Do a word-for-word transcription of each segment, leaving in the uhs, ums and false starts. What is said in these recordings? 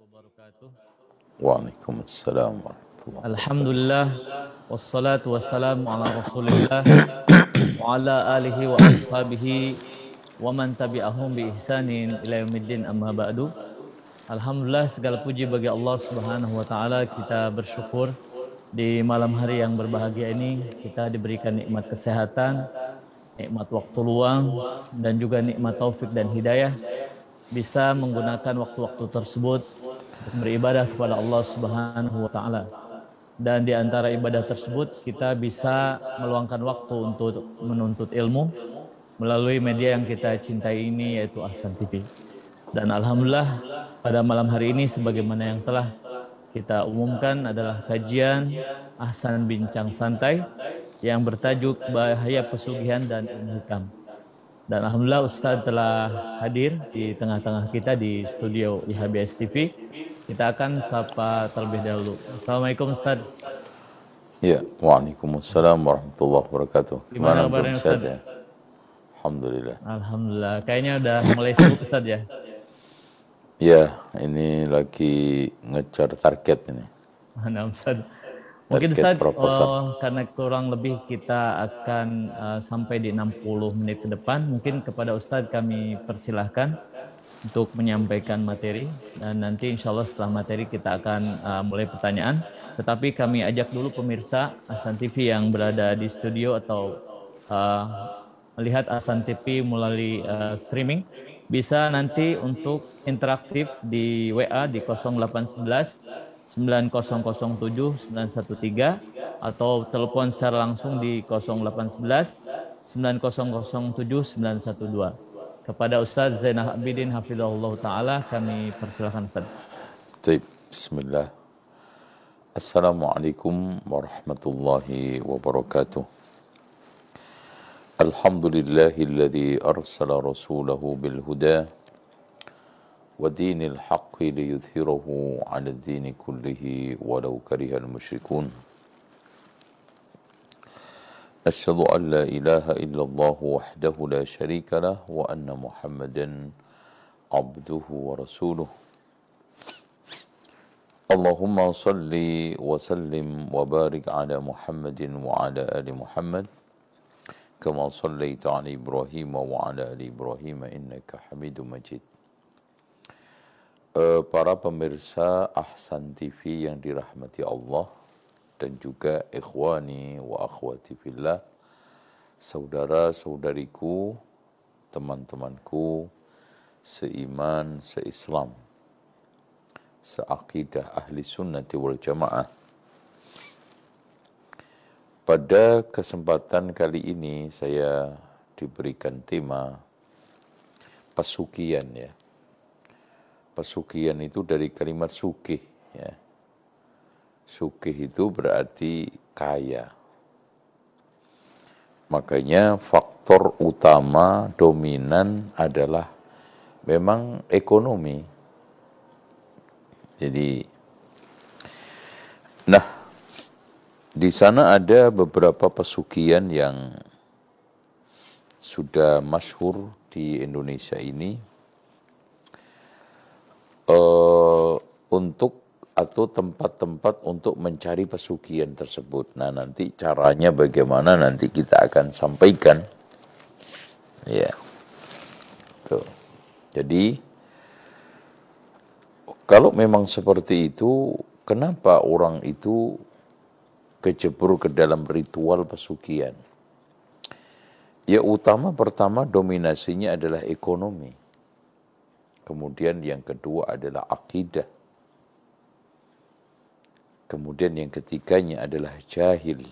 wabarakatuh. Waalaikumsalam warahmatullahi wabarakatuh. Alhamdulillah wassalatu wassalamu ala Rasulillah wa ala alihi wa ashabihi wa man tabi'ahum bi ihsanin ila yaumiddin amma ba'du. Alhamdulillah segala puji bagi Allah Subhanahu wa taala, kita bersyukur di malam hari yang berbahagia ini kita diberikan nikmat kesehatan, nikmat waktu luang dan juga nikmat taufik dan hidayah bisa menggunakan waktu-waktu tersebut untuk beribadah kepada Allah Subhanahu wa taala. Dan di antara ibadah tersebut kita bisa meluangkan waktu untuk menuntut ilmu melalui media yang kita cintai ini, yaitu Ahsan T V. Dan alhamdulillah pada malam hari ini sebagaimana yang telah kita umumkan adalah kajian Ahsan Bincang Santai yang bertajuk Bahaya Pesugihan dan Ilmu Hikam. Dan alhamdulillah Ustadz telah hadir di tengah-tengah kita di studio I H B S T V. Kita akan sapa terlebih dahulu. Assalamualaikum Ustadz. Ya, waalaikumsalam warahmatullahi wabarakatuh. Gimana Gimana antum kabarnya sehat Ustadz? ya? Alhamdulillah. Alhamdulillah. Kayaknya udah mulai sibuk Ustadz ya. Ya, ini lagi ngejar target ini. Mana Ustadz? Mungkin Target Ustadz, proposal. oh, karena kurang lebih kita akan uh, sampai di enam puluh menit ke depan, mungkin kepada Ustadz kami persilahkan untuk menyampaikan materi, dan nanti insya Allah setelah materi kita akan uh, mulai pertanyaan. Tetapi kami ajak dulu pemirsa Ahsan T V yang berada di studio atau uh, melihat Ahsan T V melalui uh, streaming, bisa nanti untuk interaktif di W A di nol delapan satu satu sembilan nol nol tujuh sembilan satu tiga atau telepon secara langsung di nol delapan satu satu sembilan nol nol tujuh sembilan satu dua. Kepada Ustaz Zainal Abidin hafizahullah taala kami persilakan Ustaz. Baik, bismillah. Assalamualaikum warahmatullahi wabarakatuh. Alhamdulillahilladzi arsala rasulahu bil huda ودين الحق ليظهره على الدين كله ولو كره المشركون أشهد أن لا إله إلا الله وحده لا شريك له وأن محمدا عبده ورسوله اللهم صل وسلم وبارك على محمد وعلى آل محمد كما صليت على إبراهيم وعلى آل إبراهيم إنك حميد مجيد. Para pemirsa Ahsan T V yang dirahmati Allah dan juga ikhwani wa akhwati fillah, saudara-saudariku, teman-temanku seiman, seislam, seakidah ahli sunnati wal jamaah. Pada kesempatan kali ini saya diberikan tema pesugihan ya. Pesugihan itu dari kalimat sugih ya. Sugih itu berarti kaya. Makanya faktor utama dominan adalah memang ekonomi. Jadi nah, di sana ada beberapa pesugihan yang sudah masyhur di Indonesia ini. Uh, untuk atau tempat-tempat untuk mencari pesugihan tersebut. Nah, nanti caranya bagaimana nanti kita akan sampaikan. Ya. Tuh. Jadi kalau memang seperti itu, kenapa orang itu kecebur ke dalam ritual pesugihan? Ya, utama pertama dominasinya adalah ekonomi. Kemudian yang kedua adalah akidah. Kemudian yang ketiganya adalah jahil.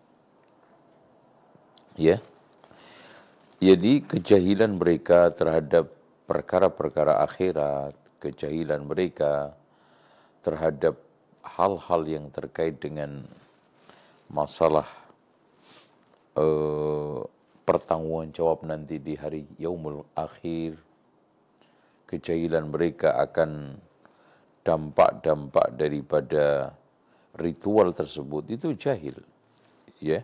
Ya. Jadi kejahilan mereka terhadap perkara-perkara akhirat, kejahilan mereka terhadap hal-hal yang terkait dengan masalah eh, pertanggungan jawab nanti di hari yaumul akhir, kejahilan mereka akan dampak-dampak daripada ritual tersebut, itu jahil. Ya.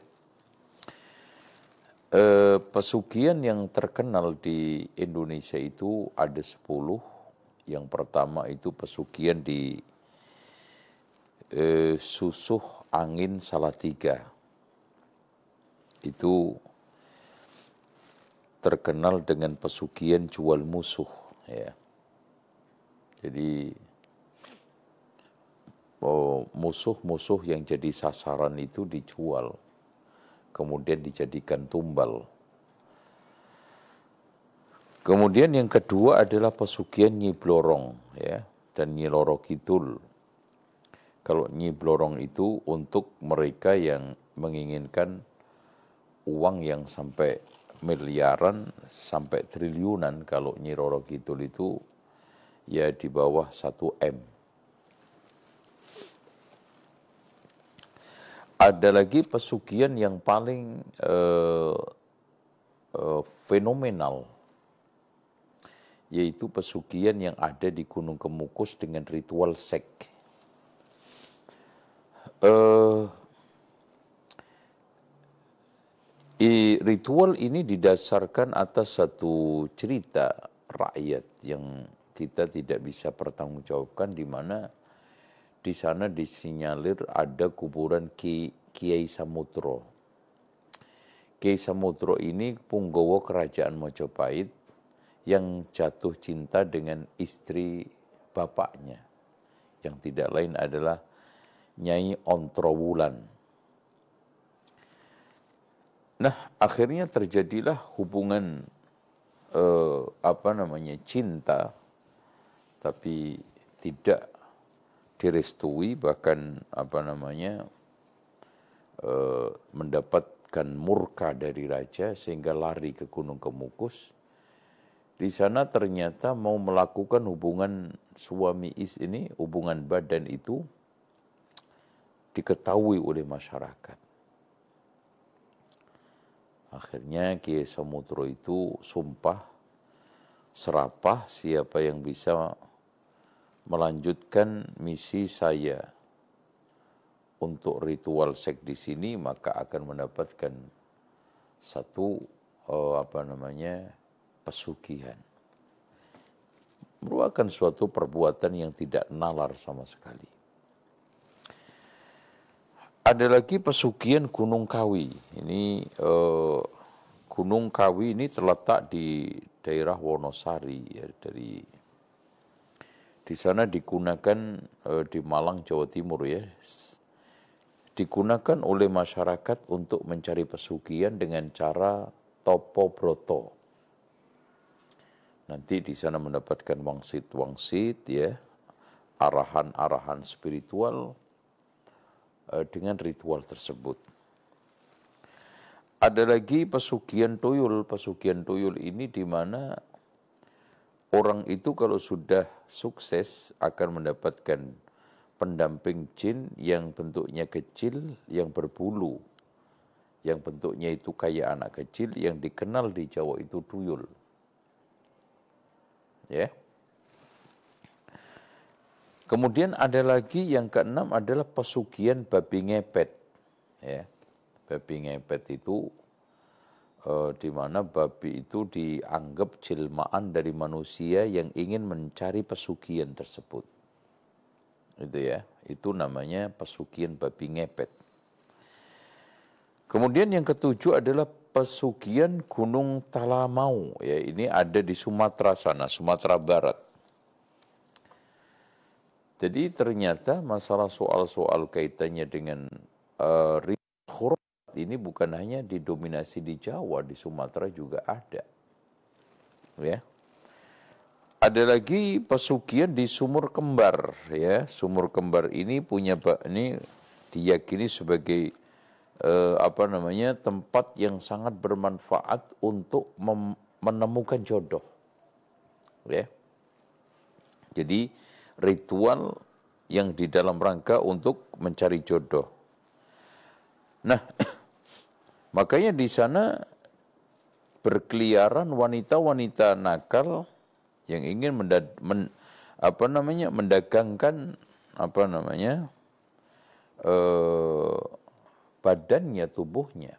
E, pesugihan yang terkenal di Indonesia itu ada sepuluh Yang pertama itu pesugihan di eh, Susuh Angin Salatiga. Itu terkenal dengan pesugihan jual musuh, ya. Jadi oh, musuh-musuh yang jadi sasaran itu dijual, kemudian dijadikan tumbal. Kemudian yang kedua adalah pesugihan Nyi Blorong, ya, dan Nyi Loro Kidul. Kalau Nyi Blorong itu untuk mereka yang menginginkan uang yang sampai miliaran sampai triliunan. Kalau Nyi Roro Kidul itu ya di bawah satu M. Ada lagi pesugihan yang paling eh, eh, fenomenal, yaitu pesugihan yang ada di Gunung Kemukus dengan ritual sek. Eh, I, ritual ini didasarkan atas satu cerita rakyat yang kita tidak bisa pertanggungjawabkan, di mana di sana disinyalir ada kuburan Ki, Kiai Samudro. Kiai Samudro ini punggawa kerajaan Mojopahit yang jatuh cinta dengan istri bapaknya, yang tidak lain adalah Nyai Ontrowulan. Nah, akhirnya terjadilah hubungan eh, apa namanya cinta, tapi tidak direstui, bahkan apa namanya eh, mendapatkan murka dari raja sehingga lari ke Gunung Kemukus. Di sana ternyata mau melakukan hubungan suami istri ini, hubungan badan itu diketahui oleh masyarakat. Akhirnya Kiai Samudro itu sumpah serapah, siapa yang bisa melanjutkan misi saya untuk ritual sek di sini maka akan mendapatkan satu oh, apa namanya pesugihan. Merupakan suatu perbuatan yang tidak nalar sama sekali. Ada lagi pesugihan Gunung Kawi. Ini eh, Gunung Kawi ini terletak di daerah Wonosari, ya, dari di sana digunakan eh, di Malang, Jawa Timur, ya. Digunakan oleh masyarakat untuk mencari pesugihan dengan cara topo broto. Nanti di sana mendapatkan wangsit-wangsit, ya, arahan-arahan spiritual dengan ritual tersebut. Ada lagi pesugihan tuyul. Pesugihan tuyul ini di mana orang itu kalau sudah sukses akan mendapatkan pendamping jin yang bentuknya kecil, yang berbulu, yang bentuknya itu kayak anak kecil, yang dikenal di Jawa itu tuyul. Ya. Kemudian ada lagi yang keenam adalah pesugihan babi ngepet. Ya, babi ngepet itu eh, di mana babi itu dianggap jelmaan dari manusia yang ingin mencari pesugihan tersebut. Itu ya, itu namanya pesugihan babi ngepet. Kemudian yang ketujuh adalah pesugihan Gunung Talamau. Ya, ini ada di Sumatera sana, Sumatera Barat. Jadi ternyata masalah soal-soal kaitannya dengan uh, ritual ini bukan hanya didominasi di Jawa, di Sumatera juga ada. Ya. Ada lagi pesugihan di Sumur Kembar, ya. Sumur Kembar ini punya ini diyakini sebagai uh, apa namanya tempat yang sangat bermanfaat untuk menemukan jodoh. Ya. Jadi ritual yang di dalam rangka untuk mencari jodoh. Nah, makanya di sana berkeliaran wanita-wanita nakal yang ingin mendad, men, apa namanya mendagangkan apa namanya eh, badannya, tubuhnya.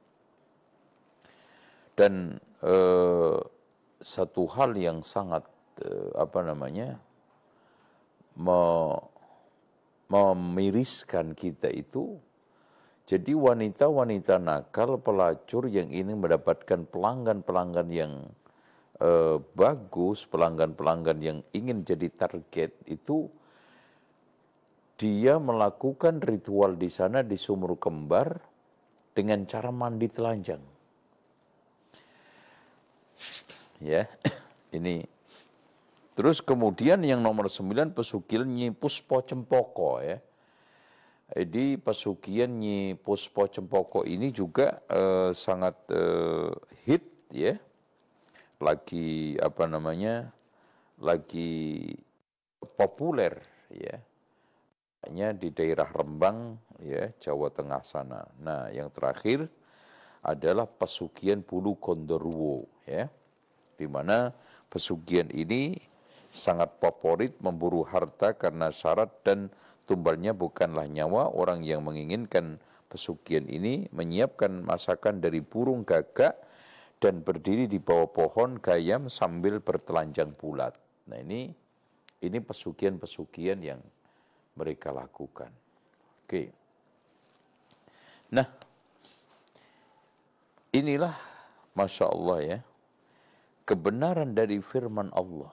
Dan eh, satu hal yang sangat eh, apa namanya me, memiriskan kita itu. Jadi wanita-wanita nakal, pelacur yang ingin mendapatkan pelanggan-pelanggan yang eh, bagus, pelanggan-pelanggan yang ingin jadi target itu, dia melakukan ritual di sana di sumur kembar dengan cara mandi telanjang. Ya, ini. Terus kemudian yang nomor sembilan pesugihan Nyi Puspo Cempoko ya. Jadi pesugihan Nyi Puspo Cempoko ini juga eh, sangat eh, hit ya. Lagi apa namanya? Lagi populer ya. Hanya di daerah Rembang ya, Jawa Tengah sana. Nah, yang terakhir adalah pesugihan Bulu Gondoruo ya. Di mana pesugihan ini sangat favorit memburu harta karena syarat dan tumbalnya bukanlah nyawa. Orang yang menginginkan pesugihan ini menyiapkan masakan dari burung gagak dan berdiri di bawah pohon gayam sambil bertelanjang bulat. Nah ini ini pesugihan-pesugihan yang mereka lakukan. Oke. Nah, inilah Masya Allah ya, kebenaran dari firman Allah.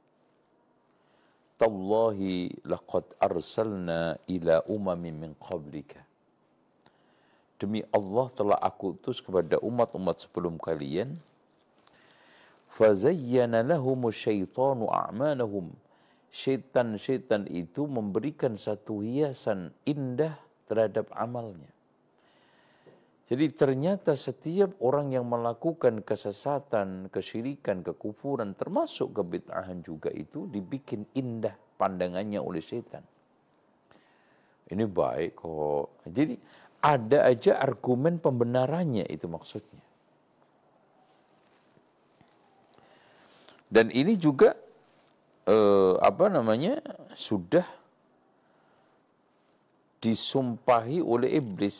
Tallahi laqad arsalna ila umamin min qablika. Demi Allah telah aku utus kepada umat-umat sebelum kalian. Fazayyana lahumu syaitanu a'malahum. Syaitan-syaitan itu memberikan satu hiasan indah terhadap amalnya. Jadi ternyata setiap orang yang melakukan kesesatan, kesyirikan, kekufuran, termasuk kebid'ahan juga itu dibikin indah pandangannya oleh syaitan. Ini baik kok. Jadi ada aja argumen pembenarannya, itu maksudnya. Dan ini juga eh, apa namanya sudah disumpahi oleh iblis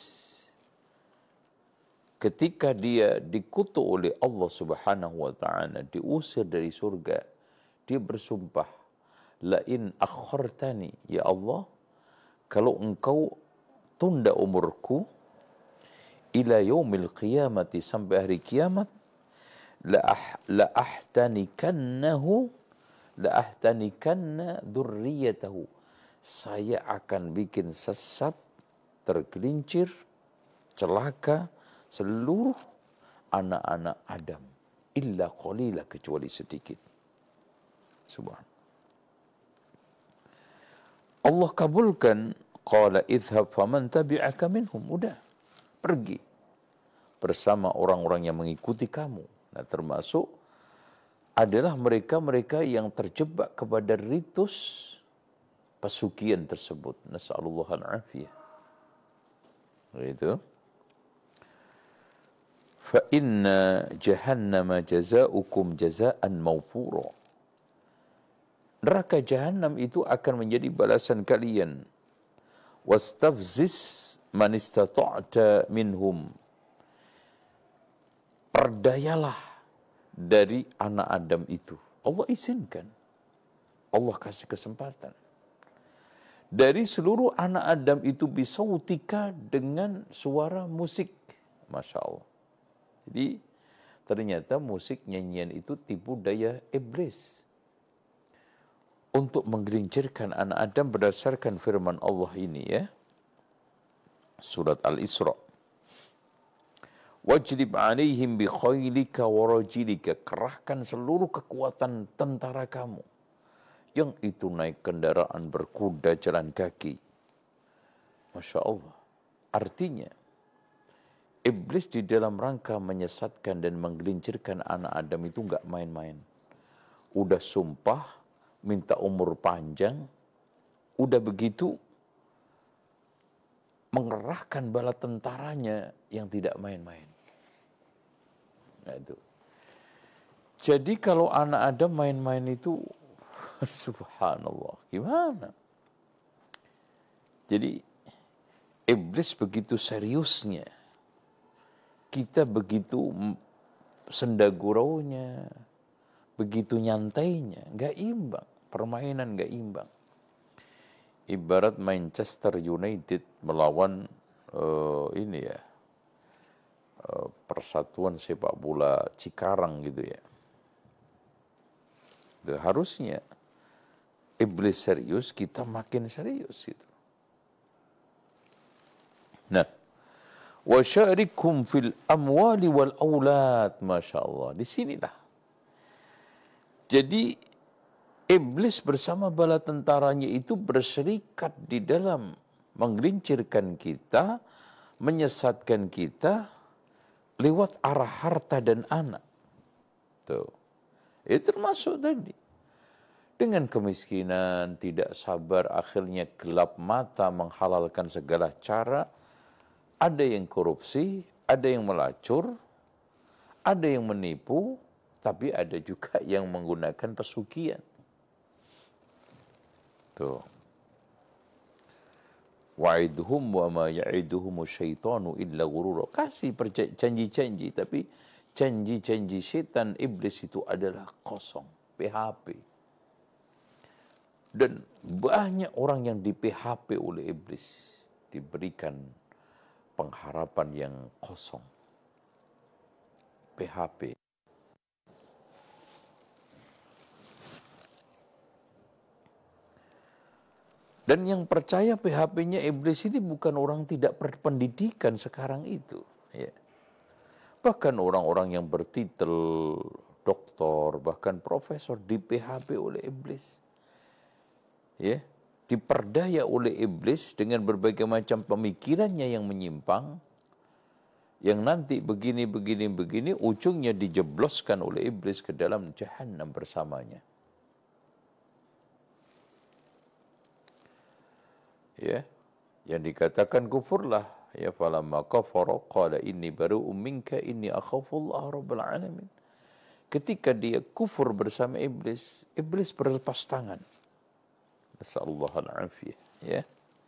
ketika dia dikutuk oleh Allah Subhanahu wa taala, diusir dari surga. Dia bersumpah, la in akhartani, ya Allah, kalau engkau tunda umurku ila yaumil qiyamati, sampai hari kiamat, la ah, la ahtanikannahu la ahtanikanna dzurriyyatahu, saya akan bikin sesat, tergelincir, celaka seluruh anak-anak Adam, illa qalila, kecuali sedikit. Subhan. Allah kabulkan, qala idhab faman tabi'aka minhum, udah pergi bersama orang-orang yang mengikuti kamu. Nah, termasuk adalah mereka-mereka yang terjebak kepada ritus pesugihan tersebut. Nas'alullah al-afiyah. Begitu. Fa inna jahannama jazaukum jazaan mawfura. Neraka jahannam itu akan menjadi balasan kalian. Wastafziz man istata'ta minhum. Perdayalah dari anak Adam itu. Allah izinkan. Allah kasih kesempatan. Dari seluruh anak Adam itu bisautika, dengan suara musik. Masya Allah. Jadi ternyata musik, nyanyian itu tipu daya iblis untuk menggelincirkan anak Adam berdasarkan firman Allah ini ya. Surat Al-Isra. Wajlib alaihim bi khailika wa rajilika, kerahkan seluruh kekuatan tentara kamu, yang itu naik kendaraan, berkuda, jalan kaki. Masya Allah. Artinya iblis di dalam rangka menyesatkan dan menggelincirkan anak Adam itu enggak main-main. Udah sumpah minta umur panjang, udah begitu mengerahkan bala tentaranya yang tidak main-main. Nah, itu. Jadi kalau anak Adam main-main itu subhanallah, gimana? Jadi iblis begitu seriusnya, kita begitu sendaguraunya, begitu nyantainya, nggak imbang, permainan nggak imbang. Ibarat Manchester United melawan uh, ini ya, uh, Persatuan Sepak Bola Cikarang gitu ya. Dan harusnya iblis serius, kita makin serius gitu. Nah, wa syarikum fil amwali wal aulad, masya Allah. Di sinilah. Jadi iblis bersama bala tentaranya itu berserikat di dalam menggelincirkan kita, menyesatkan kita lewat arah harta dan anak. Tuh. Itu termasuk tadi. Dengan kemiskinan, tidak sabar, akhirnya gelap mata menghalalkan segala cara. Ada yang korupsi, ada yang melacur, ada yang menipu, tapi ada juga yang menggunakan pesugihan. Tuh. Wa'idhum wa ma ya'iduhumu syaitanu illa ghurura. Kasih janji-janji, tapi janji-janji setan iblis itu adalah kosong, P H P. Dan banyak orang yang di P H P oleh iblis, diberikan pengharapan yang kosong. P H P. Dan yang percaya P H P-nya iblis ini bukan orang tidak berpendidikan sekarang itu. Ya. Bahkan orang-orang yang bertitel doktor, bahkan profesor di P H P oleh iblis. Ya, diperdaya oleh iblis dengan berbagai macam pemikirannya yang menyimpang, yang nanti begini, begini, begini, ujungnya dijebloskan oleh iblis ke dalam jahanam bersamanya. Ya, yang dikatakan kufurlah, ya falamma kafara qala inni baru'um minka inni akhafullah rabbul alamin. Ketika dia kufur bersama iblis, iblis berlepas tangan. Nasallallahu al-afiyah, ya.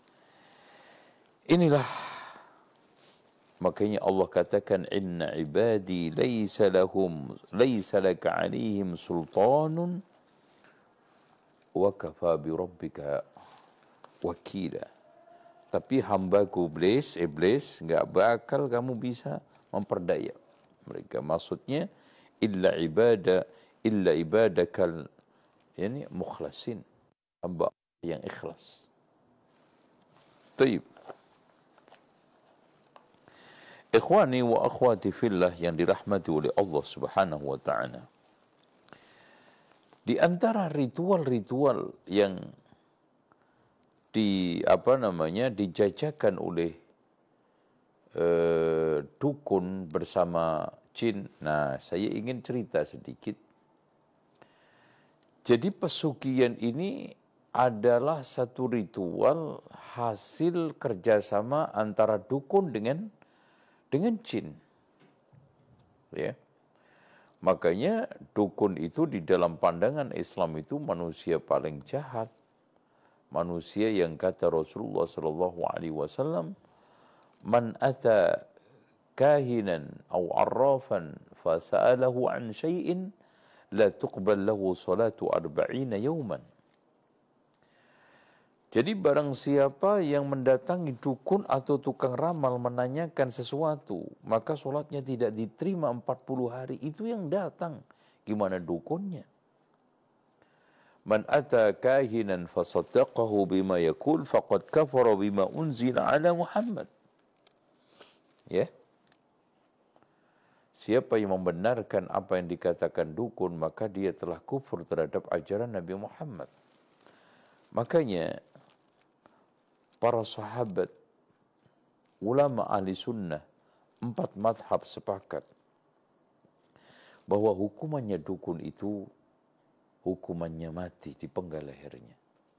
Inilah makanya Allah katakan inna ibadi laysa lahum laysa laka 'alaihim sultanun wa kafa bi rabbika wakila. Tapi hambaku iblis, iblis enggak bakal kamu bisa memperdaya mereka. Maksudnya illa ibada illa ibadakal yani mukhlasin, hamba yang ikhlas. Taib. Ikhwani wa akhwati fillah yang dirahmati oleh Allah Subhanahu wa taala. Di antara ritual-ritual yang di apa namanya dijajakan oleh eh, dukun bersama jin. Nah, saya ingin cerita sedikit. Jadi pesugihan ini adalah satu ritual hasil kerjasama antara dukun dengan dengan jin. Ya. Makanya dukun itu di dalam pandangan Islam itu manusia paling jahat. Manusia yang kata Rasulullah sallallahu alaihi wasallam, "Man ata kahinan aw arrafan fa sa'alahu an syai'in la tuqbal lahu salatu arba'ina yawman." Jadi barang siapa yang mendatangi dukun atau tukang ramal menanyakan sesuatu, maka sholatnya tidak diterima empat puluh hari. Itu yang datang. Gimana dukunnya? Man ata kahinan fasaddaqahu bima yakul faqad kafara bima unzila ala Muhammad. Ya. Siapa yang membenarkan apa yang dikatakan dukun, maka dia telah kufur terhadap ajaran Nabi Muhammad. Makanya para sahabat, ulama ahli sunnah, empat madhab sepakat bahwa hukumannya dukun itu hukumannya mati, dipenggal lehernya.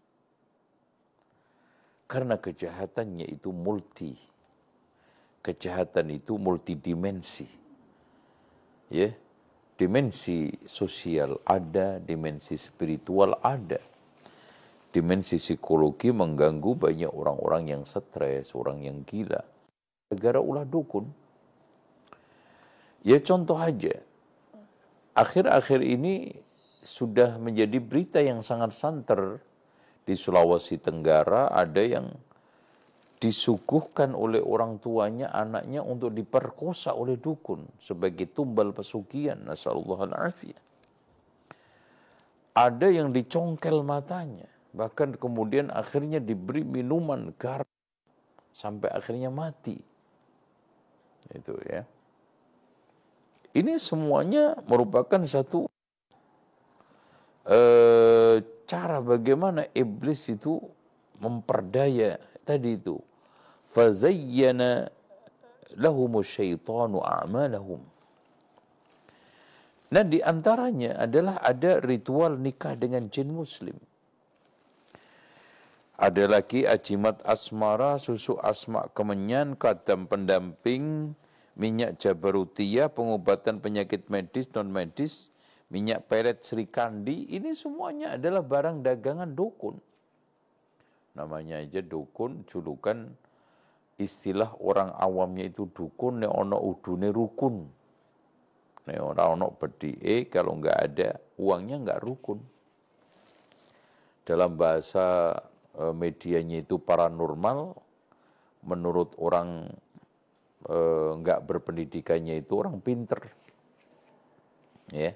Karena kejahatannya itu multi. Kejahatan itu multidimensi. Ya, dimensi sosial ada, dimensi spiritual ada. Dimensi psikologi mengganggu banyak orang-orang yang stres, orang yang gila. Gara-gara ulah dukun. Ya contoh aja. Akhir-akhir ini sudah menjadi berita yang sangat santer. Di Sulawesi Tenggara ada yang disuguhkan oleh orang tuanya anaknya untuk diperkosa oleh dukun sebagai tumbal pesugihan. Nasallallahu alaihi. Ada yang dicongkel matanya, bahkan kemudian akhirnya diberi minuman garam sampai akhirnya mati. Itu ya. Ini semuanya merupakan satu eh, cara bagaimana iblis itu memperdaya tadi itu. Fazayyana lahumus syaitanu a'malahum. Nah, di antaranya adalah ada ritual nikah dengan jin muslim. Ada lagi ajimat asmara, susu asma kemenyan, kadam pendamping, minyak jabarutiyah, pengobatan penyakit medis, non-medis, minyak pelet Sri Kandi. Ini semuanya adalah barang dagangan dukun. Namanya aja dukun, julukan istilah orang awamnya itu dukun, ne ono udune rukun. Ne ora ono bedike, kalau enggak ada uangnya enggak rukun. Dalam bahasa e, medianya itu paranormal, menurut orang e, enggak berpendidikannya itu orang pinter. Ya.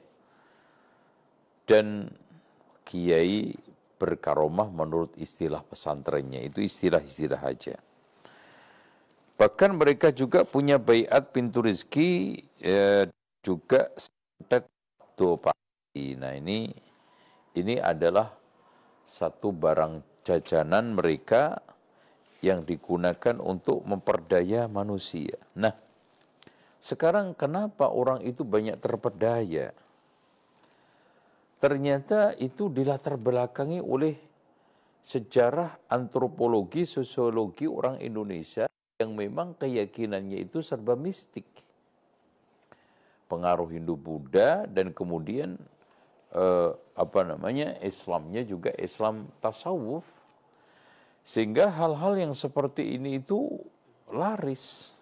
Dan kiai berkaromah menurut istilah pesantrennya, itu istilah-istilah aja. Bahkan mereka juga punya baiat pintu rezeki, eh, juga santet dopati. Nah ini ini adalah satu barang jajanan mereka yang digunakan untuk memperdaya manusia. Nah, sekarang kenapa orang itu banyak terperdaya? Ternyata itu dilatar belakangi oleh sejarah antropologi, sosiologi orang Indonesia yang memang keyakinannya itu serba mistik. Pengaruh Hindu-Buddha dan kemudian eh, apa namanya Islamnya juga Islam tasawuf. Sehingga hal-hal yang seperti ini itu laris.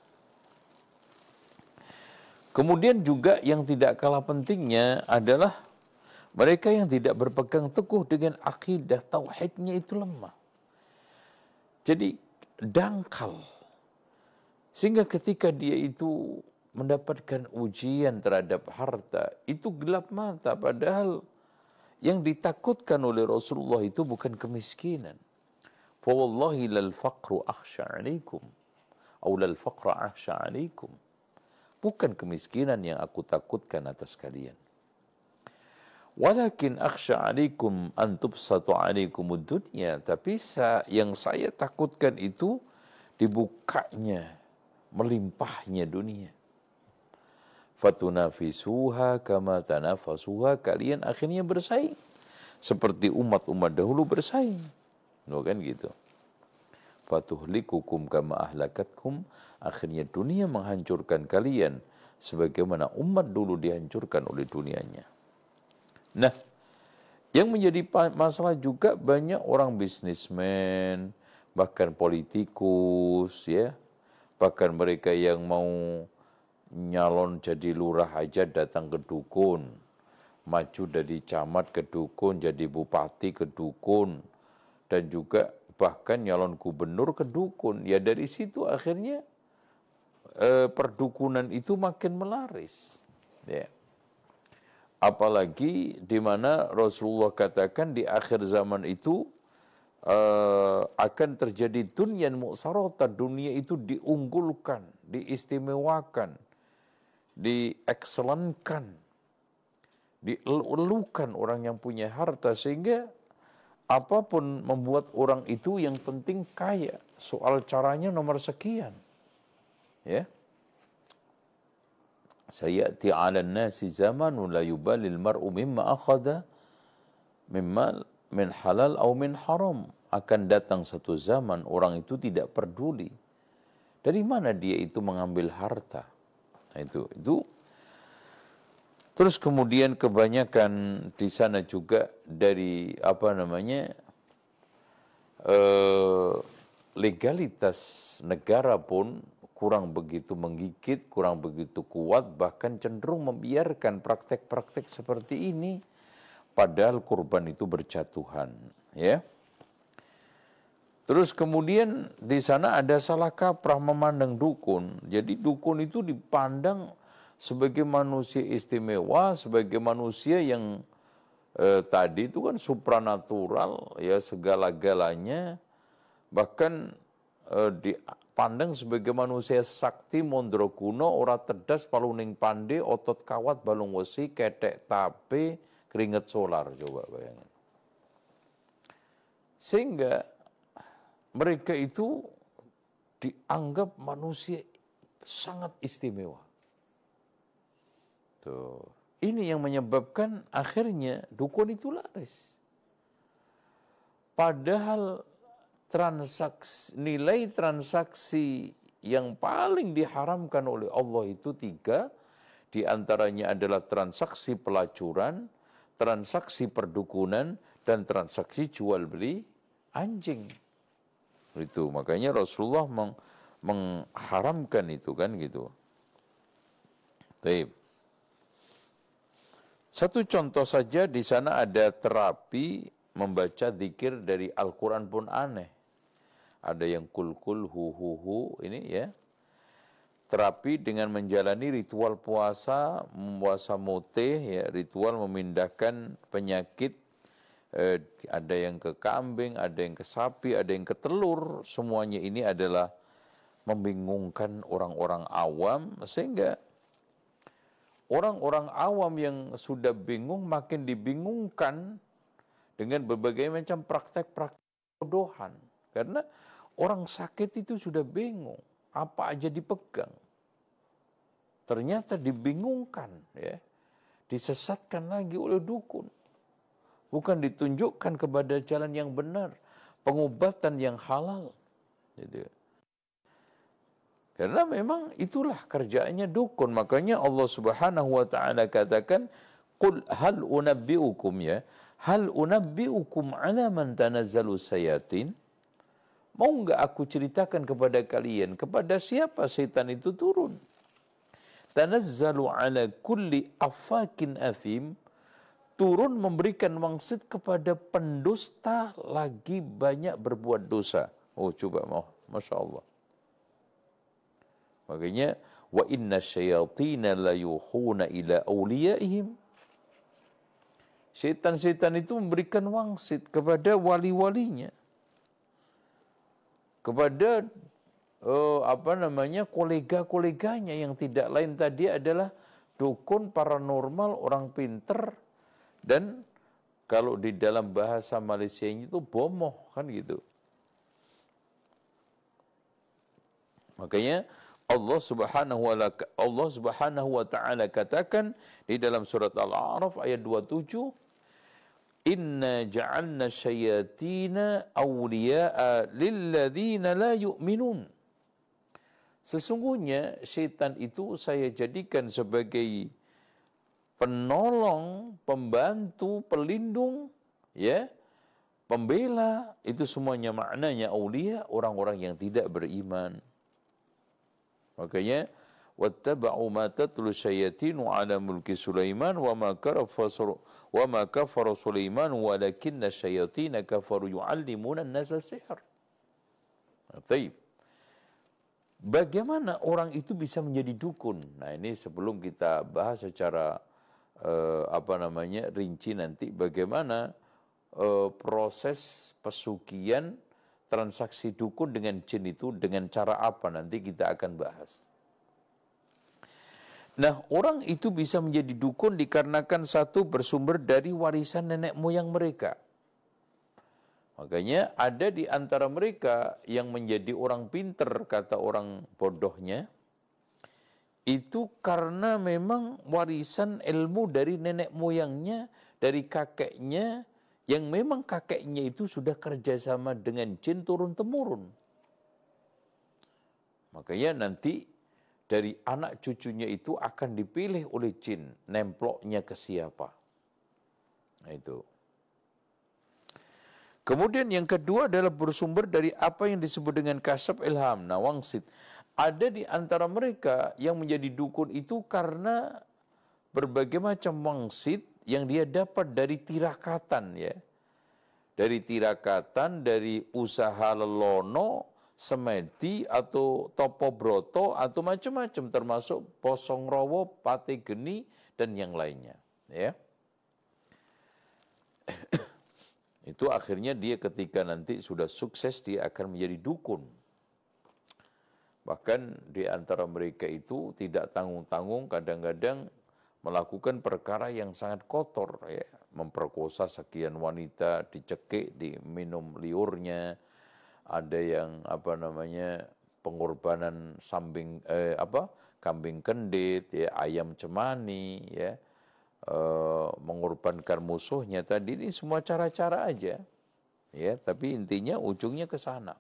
Kemudian juga yang tidak kalah pentingnya adalah mereka yang tidak berpegang teguh dengan akidah tauhidnya itu lemah. Jadi dangkal. Sehingga ketika dia itu mendapatkan ujian terhadap harta, itu gelap mata. Padahal yang ditakutkan oleh Rasulullah itu bukan kemiskinan. Fawallahi lal faqru akhsha alaikum. Atau lal faqra akhsha alaikum. Bukan kemiskinan yang aku takutkan atas kalian. Walakin akhsha alaikum antubsatu alaikumud dunya. Tapi yang saya takutkan itu dibukanya, melimpahnya dunia. Fatunafisuha kama tanafasuha, kalian akhirnya bersaing seperti umat-umat dahulu bersaing. No, kan gitu. Fatuhlikukum kama ahlakatkum, akhirnya dunia menghancurkan kalian sebagaimana umat dulu dihancurkan oleh dunianya. Nah, yang menjadi masalah juga banyak orang bisnismen, bahkan politikus, ya, bahkan mereka yang mau nyalon jadi lurah aja datang ke dukun, maju dari camat ke dukun, jadi bupati ke dukun, dan juga bahkan nyalon gubernur ke dukun. Ya dari situ akhirnya eh, perdukunan itu makin melaris. Ya. Apalagi di mana Rasulullah katakan di akhir zaman itu Uh, akan terjadi dunyan mu'sarata, dunia itu diunggulkan, diistimewakan, diekselenkan, dielukan orang yang punya harta, sehingga apapun membuat orang itu yang penting kaya, soal caranya nomor sekian. Ya. Sayati 'alan nasi zamanun la yubalil mar'u mimma akhadha mimma min halal au min haram. Akan datang satu zaman orang itu tidak peduli dari mana dia itu mengambil harta. Nah, itu itu terus kemudian kebanyakan di sana juga dari apa namanya eh, legalitas negara pun kurang begitu menggigit, kurang begitu kuat, bahkan cenderung membiarkan praktek-praktek seperti ini. padahal kurban itu berjatuhan, ya. Terus kemudian di sana ada salah kaprah memandang dukun. Jadi dukun itu dipandang sebagai manusia istimewa, sebagai manusia yang eh, tadi itu kan supranatural, ya, segala-galanya, bahkan eh, dipandang sebagai manusia sakti mondroguno, ora tedas paluning pande, otot kawat balung wesi, ketek tape, keringet solar, coba bayangin. Sehingga mereka itu dianggap manusia sangat istimewa. Tuh. Ini yang menyebabkan akhirnya dukun itu laris. Padahal transaksi, nilai transaksi yang paling diharamkan oleh Allah itu tiga. Di antaranya adalah transaksi pelacuran, transaksi perdukunan, dan transaksi jual beli anjing. Itu makanya Rasulullah meng, mengharamkan itu kan gitu. Baik. Satu contoh saja, di sana ada terapi membaca zikir dari Al-Quran pun aneh. Ada yang kul-kul hu-hu-hu ini, ya. Terapi dengan menjalani ritual puasa, puasa mutih, ya, ritual memindahkan penyakit. Eh, ada yang ke kambing, ada yang ke sapi, ada yang ke telur. Semuanya ini adalah membingungkan orang-orang awam, sehingga orang-orang awam yang sudah bingung makin dibingungkan dengan berbagai macam praktek-praktek bodohan. Karena orang sakit itu sudah bingung, apa aja dipegang. Ternyata dibingungkan, ya, disesatkan lagi oleh dukun. Bukan ditunjukkan kepada jalan yang benar, pengobatan yang halal. Gitu. Karena memang itulah kerjaannya dukun. Makanya Allah Subhanahu wa taala katakan, "Qul hal unabbiukum, ya, hal unabbiukum ala man tanazzalu sayatin?" Mau enggak aku ceritakan kepada kalian kepada siapa setan itu turun? Tanazzalu ala kulli afakin athim, turun memberikan wangsit kepada pendusta lagi banyak berbuat dosa. Oh, coba mau, Masya Allah. Makanya, wa inna syayatina la yuhuna ila awliyaihim. Setan-setan itu memberikan wangsit kepada wali-walinya. Kepada uh, apa namanya kolega-koleganya yang tidak lain tadi adalah dukun, paranormal, orang pinter, dan kalau di dalam bahasa Malaysia itu bomoh, kan gitu. Makanya Allah Subhanahu wa Allah Subhanahu wa taala katakan di dalam surat Al-A'raf ayat dua puluh tujuh, "Inna ja'alna syayatina awliya'a lilladzina la yu'minun." Sesungguhnya syaitan itu saya jadikan sebagai penolong, pembantu, pelindung, ya, pembela. Itu semuanya maknanya aulia, orang-orang yang tidak beriman. Makanya wattaba'u ma tatlu syayatinu ala mulki Sulaiman wa ma kafara wa ma kafara Sulaiman walakinna syayatina kafaru yu'allimuna an-nasa sihr. Baik. Bagaimana orang itu bisa menjadi dukun? Nah, ini sebelum kita bahas secara Uh, apa namanya rinci nanti bagaimana uh, proses pesugihan transaksi dukun dengan jin itu dengan cara apa nanti kita akan bahas. Nah, orang itu bisa menjadi dukun dikarenakan satu bersumber dari warisan nenek moyang mereka. Makanya ada di antara mereka yang menjadi orang pinter, kata orang bodohnya, itu karena memang warisan ilmu dari nenek moyangnya, dari kakeknya, yang memang kakeknya itu sudah kerjasama dengan jin turun-temurun. Makanya nanti dari anak cucunya itu akan dipilih oleh jin, nemploknya ke siapa. Nah itu. Kemudian yang kedua adalah bersumber dari apa yang disebut dengan kasab ilham, nah wangsit. Ada di antara mereka yang menjadi dukun itu karena berbagai macam wangsit yang dia dapat dari tirakatan ya. Dari tirakatan, dari usaha lelono, semedi atau topo broto atau macam-macam termasuk posong rowo, pate geni dan yang lainnya ya. Itu akhirnya dia ketika nanti sudah sukses dia akan menjadi dukun. Bahkan di antara mereka itu tidak tanggung-tanggung kadang-kadang melakukan perkara yang sangat kotor ya, memperkosa sekian wanita, dicekik, diminum liurnya, ada yang apa namanya pengorbanan sambing eh, apa kambing kendit ya, ayam cemani ya, eh, mengorbankan musuhnya tadi, ini semua cara-cara aja ya, tapi intinya ujungnya ke sana.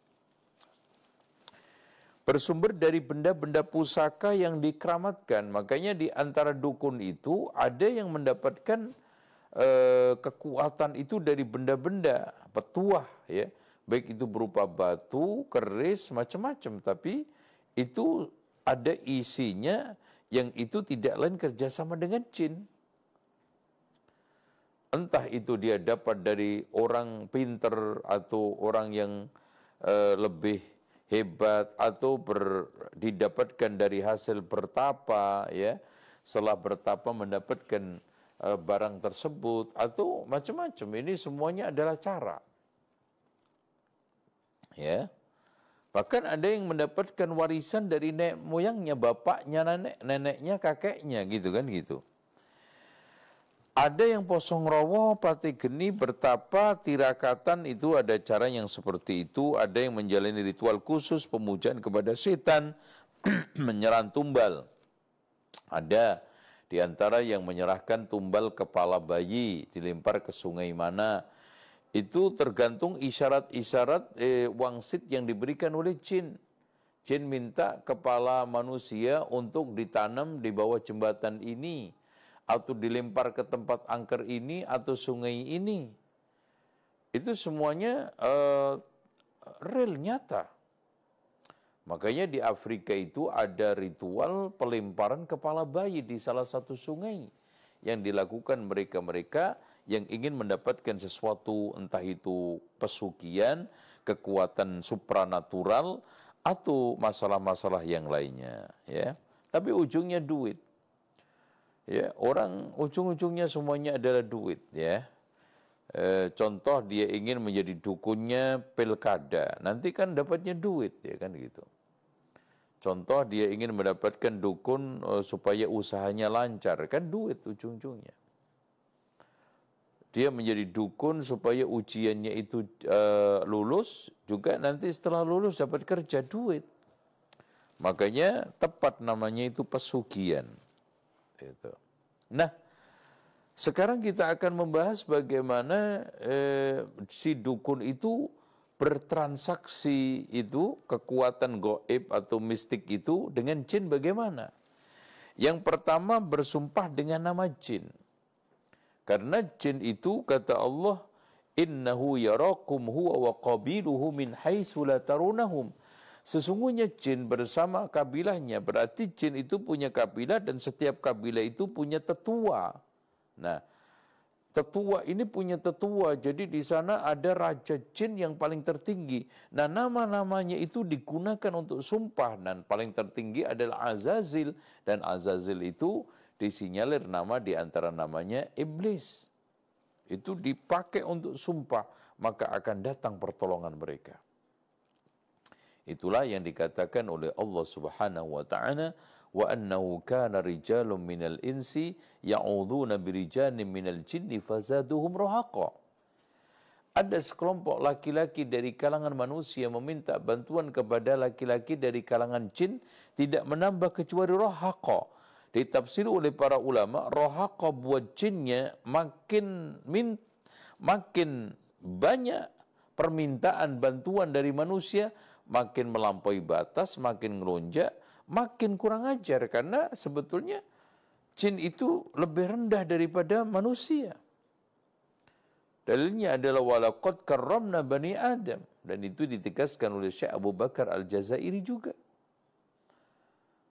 Bersumber dari benda-benda pusaka yang dikeramatkan. Makanya di antara dukun itu ada yang mendapatkan eh, kekuatan itu dari benda-benda petuah ya. Baik itu berupa batu, keris, macam-macam. Tapi itu ada isinya yang itu tidak lain kerjasama dengan jin. Entah itu dia dapat dari orang pinter atau orang yang eh, lebih hebat atau ber, didapatkan dari hasil bertapa ya, setelah bertapa mendapatkan uh, barang tersebut atau macam-macam. Ini semuanya adalah cara ya. Bahkan ada yang mendapatkan warisan dari nenek moyangnya, bapaknya, nenek, neneknya, kakeknya gitu kan gitu. Ada yang posong rowo, pati geni, bertapa, tirakatan, itu ada cara yang seperti itu. Ada yang menjalani ritual khusus, pemujaan kepada setan, menyerang tumbal. Ada di antara yang menyerahkan tumbal kepala bayi, dilempar ke sungai mana. Itu tergantung isyarat-isyarat eh, wangsit yang diberikan oleh jin. Jin minta kepala manusia untuk ditanam di bawah jembatan ini, atau dilempar ke tempat angker ini atau sungai ini. Itu semuanya uh, real, nyata. Makanya di Afrika itu ada ritual pelemparan kepala bayi di salah satu sungai yang dilakukan mereka-mereka yang ingin mendapatkan sesuatu, entah itu pesugihan, kekuatan supranatural atau masalah-masalah yang lainnya ya. Tapi ujungnya duit. Ya, orang ujung-ujungnya semuanya adalah duit ya. E, contoh dia ingin menjadi dukunnya pilkada, nanti kan dapatnya duit ya kan gitu. Contoh dia ingin mendapatkan dukun e, supaya usahanya lancar, kan duit ujung-ujungnya. Dia menjadi dukun supaya ujiannya itu e, lulus, juga nanti setelah lulus dapat kerja, duit. Makanya tepat namanya itu pesugihan. Itu. Nah, sekarang kita akan membahas bagaimana eh, si dukun itu bertransaksi itu, kekuatan gaib atau mistik itu dengan jin bagaimana. Yang pertama bersumpah dengan nama jin. Karena jin itu kata Allah, innahu yarakum huwa wa qabiluhu min haitsu la tarunahum. Sesungguhnya jin bersama kabilahnya, berarti jin itu punya kabilah dan setiap kabilah itu punya tetua. Nah, tetua ini punya tetua, jadi di sana ada raja jin yang paling tertinggi. Nah, nama-namanya itu digunakan untuk sumpah dan paling tertinggi adalah Azazil, dan Azazil itu disinyalir nama di antara namanya iblis. Itu dipakai untuk sumpah, maka akan datang pertolongan mereka. Itulah yang dikatakan oleh Allah Subhanahu wa taala, wa annahu kana rijalun minal insi ya'udzuuna birijalin minal jinni fazaduhum rahaqa. Ada sekelompok laki-laki dari kalangan manusia meminta bantuan kepada laki-laki dari kalangan jin, tidak menambah kecuali rahaqa. Ditafsir oleh para ulama, rahaqa buat jinnya makin min, makin banyak permintaan bantuan dari manusia, makin melampaui batas, makin ngelonjak, makin kurang ajar. Karena sebetulnya jin itu lebih rendah daripada manusia. Dalilnya adalah walaqad karramna bani Adam, dan itu ditegaskan oleh Syekh Abu Bakar Al-Jazairi juga.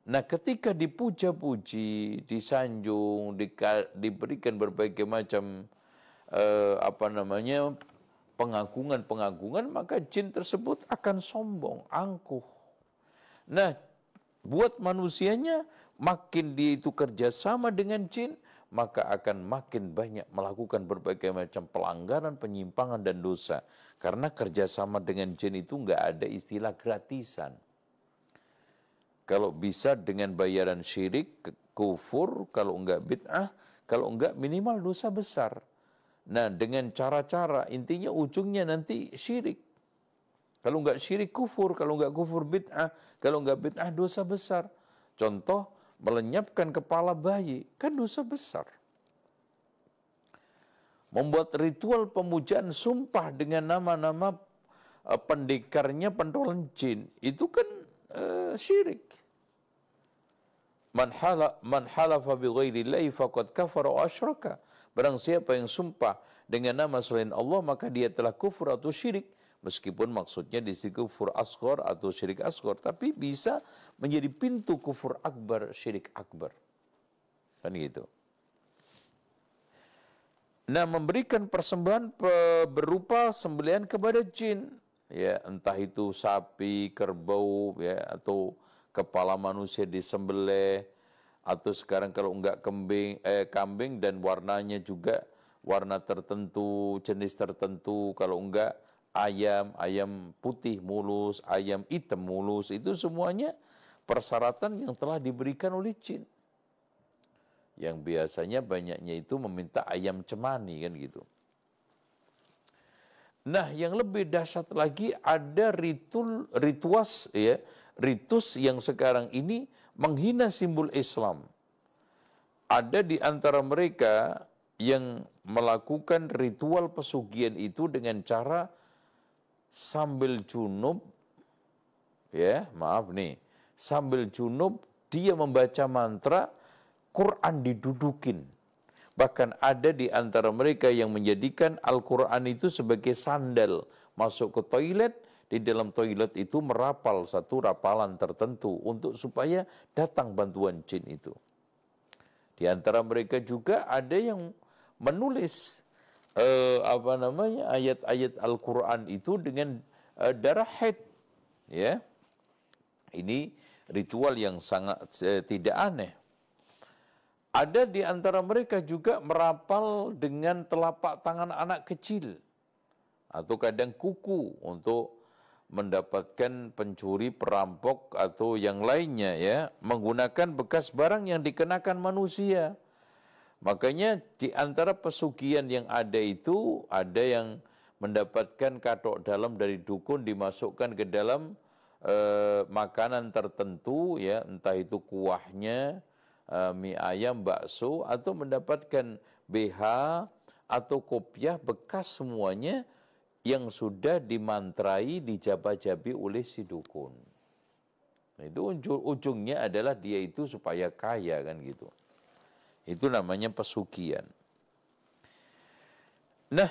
Nah, ketika dipuja-puji, disanjung, dika, diberikan berbagai macam eh, apa namanya pengagungan-pengagungan, maka jin tersebut akan sombong, angkuh. Nah, buat manusianya makin dia itu kerjasama dengan jin, maka akan makin banyak melakukan berbagai macam pelanggaran, penyimpangan dan dosa. Karena kerjasama dengan jin itu nggak ada istilah gratisan. Kalau bisa dengan bayaran syirik, kufur, kalau enggak bid'ah, kalau enggak minimal dosa besar. Nah, dengan cara-cara, intinya ujungnya nanti syirik. Kalau enggak syirik kufur, kalau enggak kufur bid'ah, kalau enggak bid'ah dosa besar. Contoh, melenyapkan kepala bayi, kan dosa besar. Membuat ritual pemujaan sumpah dengan nama-nama uh, pendekarnya pentolan jin, itu kan uh, syirik. Man hala man halafa bi ghairillahi faqad kafara wa asyraka. Barang siapa yang sumpah dengan nama selain Allah, maka dia telah kufur atau syirik. Meskipun maksudnya di sini kufur asghar atau syirik asghar, tapi bisa menjadi pintu kufur akbar, syirik akbar. Kan gitu. Nah, memberikan persembahan berupa sembelihan kepada jin, ya, entah itu sapi, kerbau, ya, atau kepala manusia disembelih, atau sekarang kalau enggak kambing, eh, kambing dan warnanya juga warna tertentu, jenis tertentu, kalau enggak ayam, ayam putih mulus, ayam hitam mulus, itu semuanya persyaratan yang telah diberikan oleh jin. Yang biasanya banyaknya itu meminta ayam cemani, kan gitu. Nah, yang lebih dahsyat lagi ada ritul, rituas, ya, ritus yang sekarang ini menghina simbol Islam. Ada di antara mereka yang melakukan ritual pesugihan itu dengan cara sambil junub, ya, maaf nih, sambil junub dia membaca mantra, Quran didudukin. Bahkan ada di antara mereka yang menjadikan Al-Quran itu sebagai sandal. Masuk ke toilet, di dalam toilet itu merapal satu rapalan tertentu untuk supaya datang bantuan jin itu. Di antara mereka juga ada yang menulis eh, apa namanya ayat-ayat Al-Quran itu dengan eh, darah haid. Ya, ini ritual yang sangat eh, tidak aneh. Ada di antara mereka juga merapal dengan telapak tangan anak kecil atau kadang kuku untuk mendapatkan pencuri, perampok atau yang lainnya, ya, menggunakan bekas barang yang dikenakan manusia. Makanya di antara pesugihan yang ada itu ada yang mendapatkan katok dalam dari dukun dimasukkan ke dalam eh, makanan tertentu, ya, entah itu kuahnya, Uh, mie ayam, bakso, atau mendapatkan B H atau kopiah bekas semuanya yang sudah dimantrai, dijaba-jabi oleh si dukun. Nah, itu ujung, ujungnya adalah dia itu supaya kaya, kan gitu. Itu namanya pesugihan. Nah,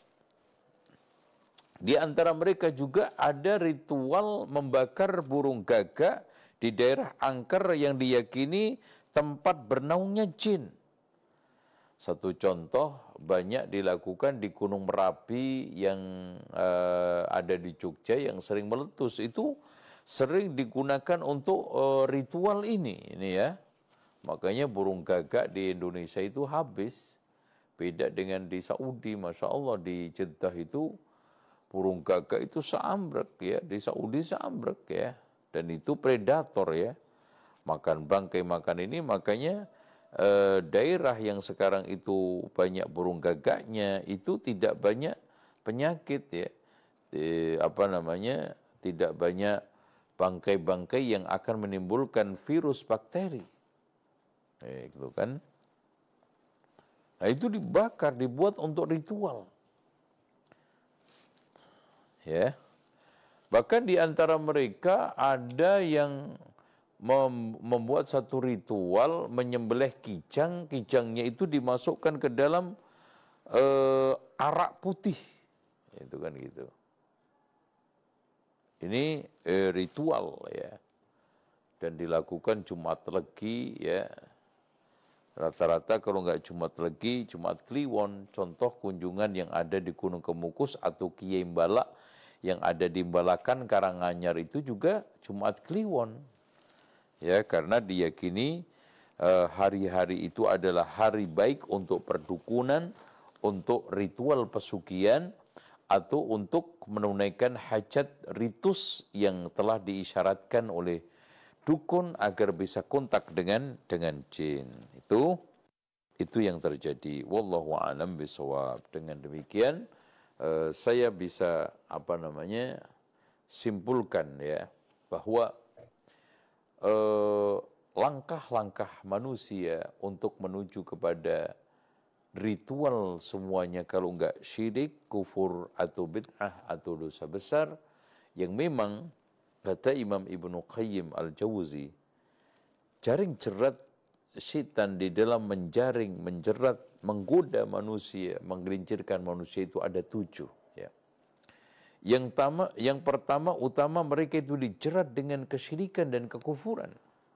di antara mereka juga ada ritual membakar burung gagak di daerah angker yang diyakini tempat bernaungnya jin. Satu contoh banyak dilakukan di Gunung Merapi yang uh, ada di Jogja yang sering meletus, itu sering digunakan untuk uh, ritual ini, ini ya. Makanya burung gagak di Indonesia itu habis. Beda dengan di Saudi, Masya Allah, di Jeddah itu burung gagak itu seambrek, ya, di Saudi seambrek, ya, dan itu predator, ya. Makan bangkai, makan ini, makanya eh, daerah yang sekarang itu banyak burung gagaknya itu tidak banyak penyakit, ya, di, apa namanya, tidak banyak bangkai-bangkai yang akan menimbulkan virus bakteri, eh, gitu kan. Nah, itu dibakar, dibuat untuk ritual, ya. Bahkan di antara mereka ada yang membuat satu ritual menyembelih kijang, kijangnya itu dimasukkan ke dalam uh, arak putih, itu kan gitu. Ini uh, ritual, ya. dan dilakukan Jumat Legi, ya. Rata-rata kalau nggak Jumat Legi, Jumat Kliwon, contoh kunjungan yang ada di Gunung Kemukus atau Kiai Mbala yang ada di Mbalakan Karanganyar itu juga Jumat Kliwon. Ya, karena diyakini eh, hari-hari itu adalah hari baik untuk perdukunan, untuk ritual pesugihan, atau untuk menunaikan hajat ritus yang telah diisyaratkan oleh dukun agar bisa kontak dengan dengan jin. Itu itu yang terjadi. Wallahu a'lam bishawab. Dengan demikian uh, saya bisa apa namanya simpulkan ya bahwa uh, langkah-langkah manusia untuk menuju kepada ritual semuanya kalau enggak syirik, kufur atau bid'ah atau dosa besar yang memang kata Imam Ibnu Qayyim Al-Jauzi, jaring jerat syaitan di dalam menjaring, menjerat, menggoda manusia, menggelincirkan manusia itu ada tujuh. Ya. Yang, tama, yang pertama utama mereka itu dijerat dengan kesyirikan dan kekufuran.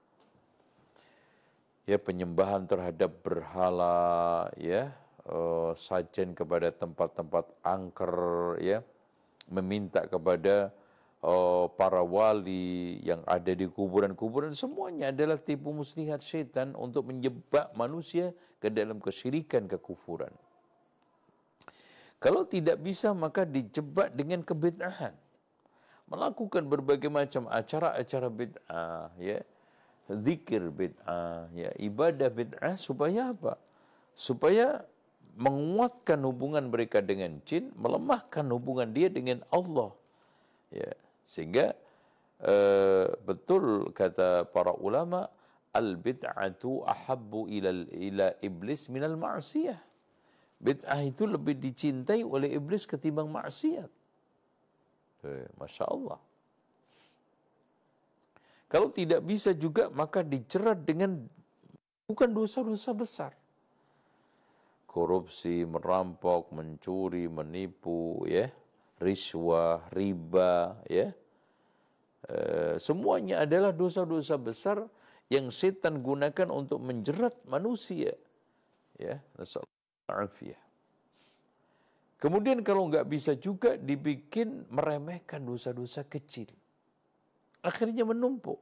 Ya, penyembahan terhadap berhala, ya, uh, sajen kepada tempat-tempat angker, ya, meminta kepada uh, para wali yang ada di kuburan-kuburan, semuanya adalah tipu muslihat syaitan untuk menjebak manusia ke dalam kesyirikan, kekufuran. Kalau tidak bisa maka dijebak dengan kebid'ahan. Melakukan berbagai macam acara-acara bid'ah, ya. Zikir bid'ah, ya, ibadah bid'ah supaya apa? Supaya menguatkan hubungan mereka dengan jin, melemahkan hubungan dia dengan Allah. Ya, sehingga uh, betul kata para ulama, al bid'atu ahabbu ila ila iblis minal ma'siyah. Bid'ah itu lebih dicintai oleh iblis ketimbang maksiat. Eh, Masya Allah. Kalau tidak bisa juga maka dijerat dengan bukan dosa-dosa besar. Korupsi, merampok, mencuri, menipu, ya, riswah, riba, ya. E, semuanya adalah dosa-dosa besar yang setan gunakan untuk menjerat manusia. Ya, nasallahu. Kemudian kalau nggak bisa juga dibikin meremehkan dosa-dosa kecil. Akhirnya menumpuk.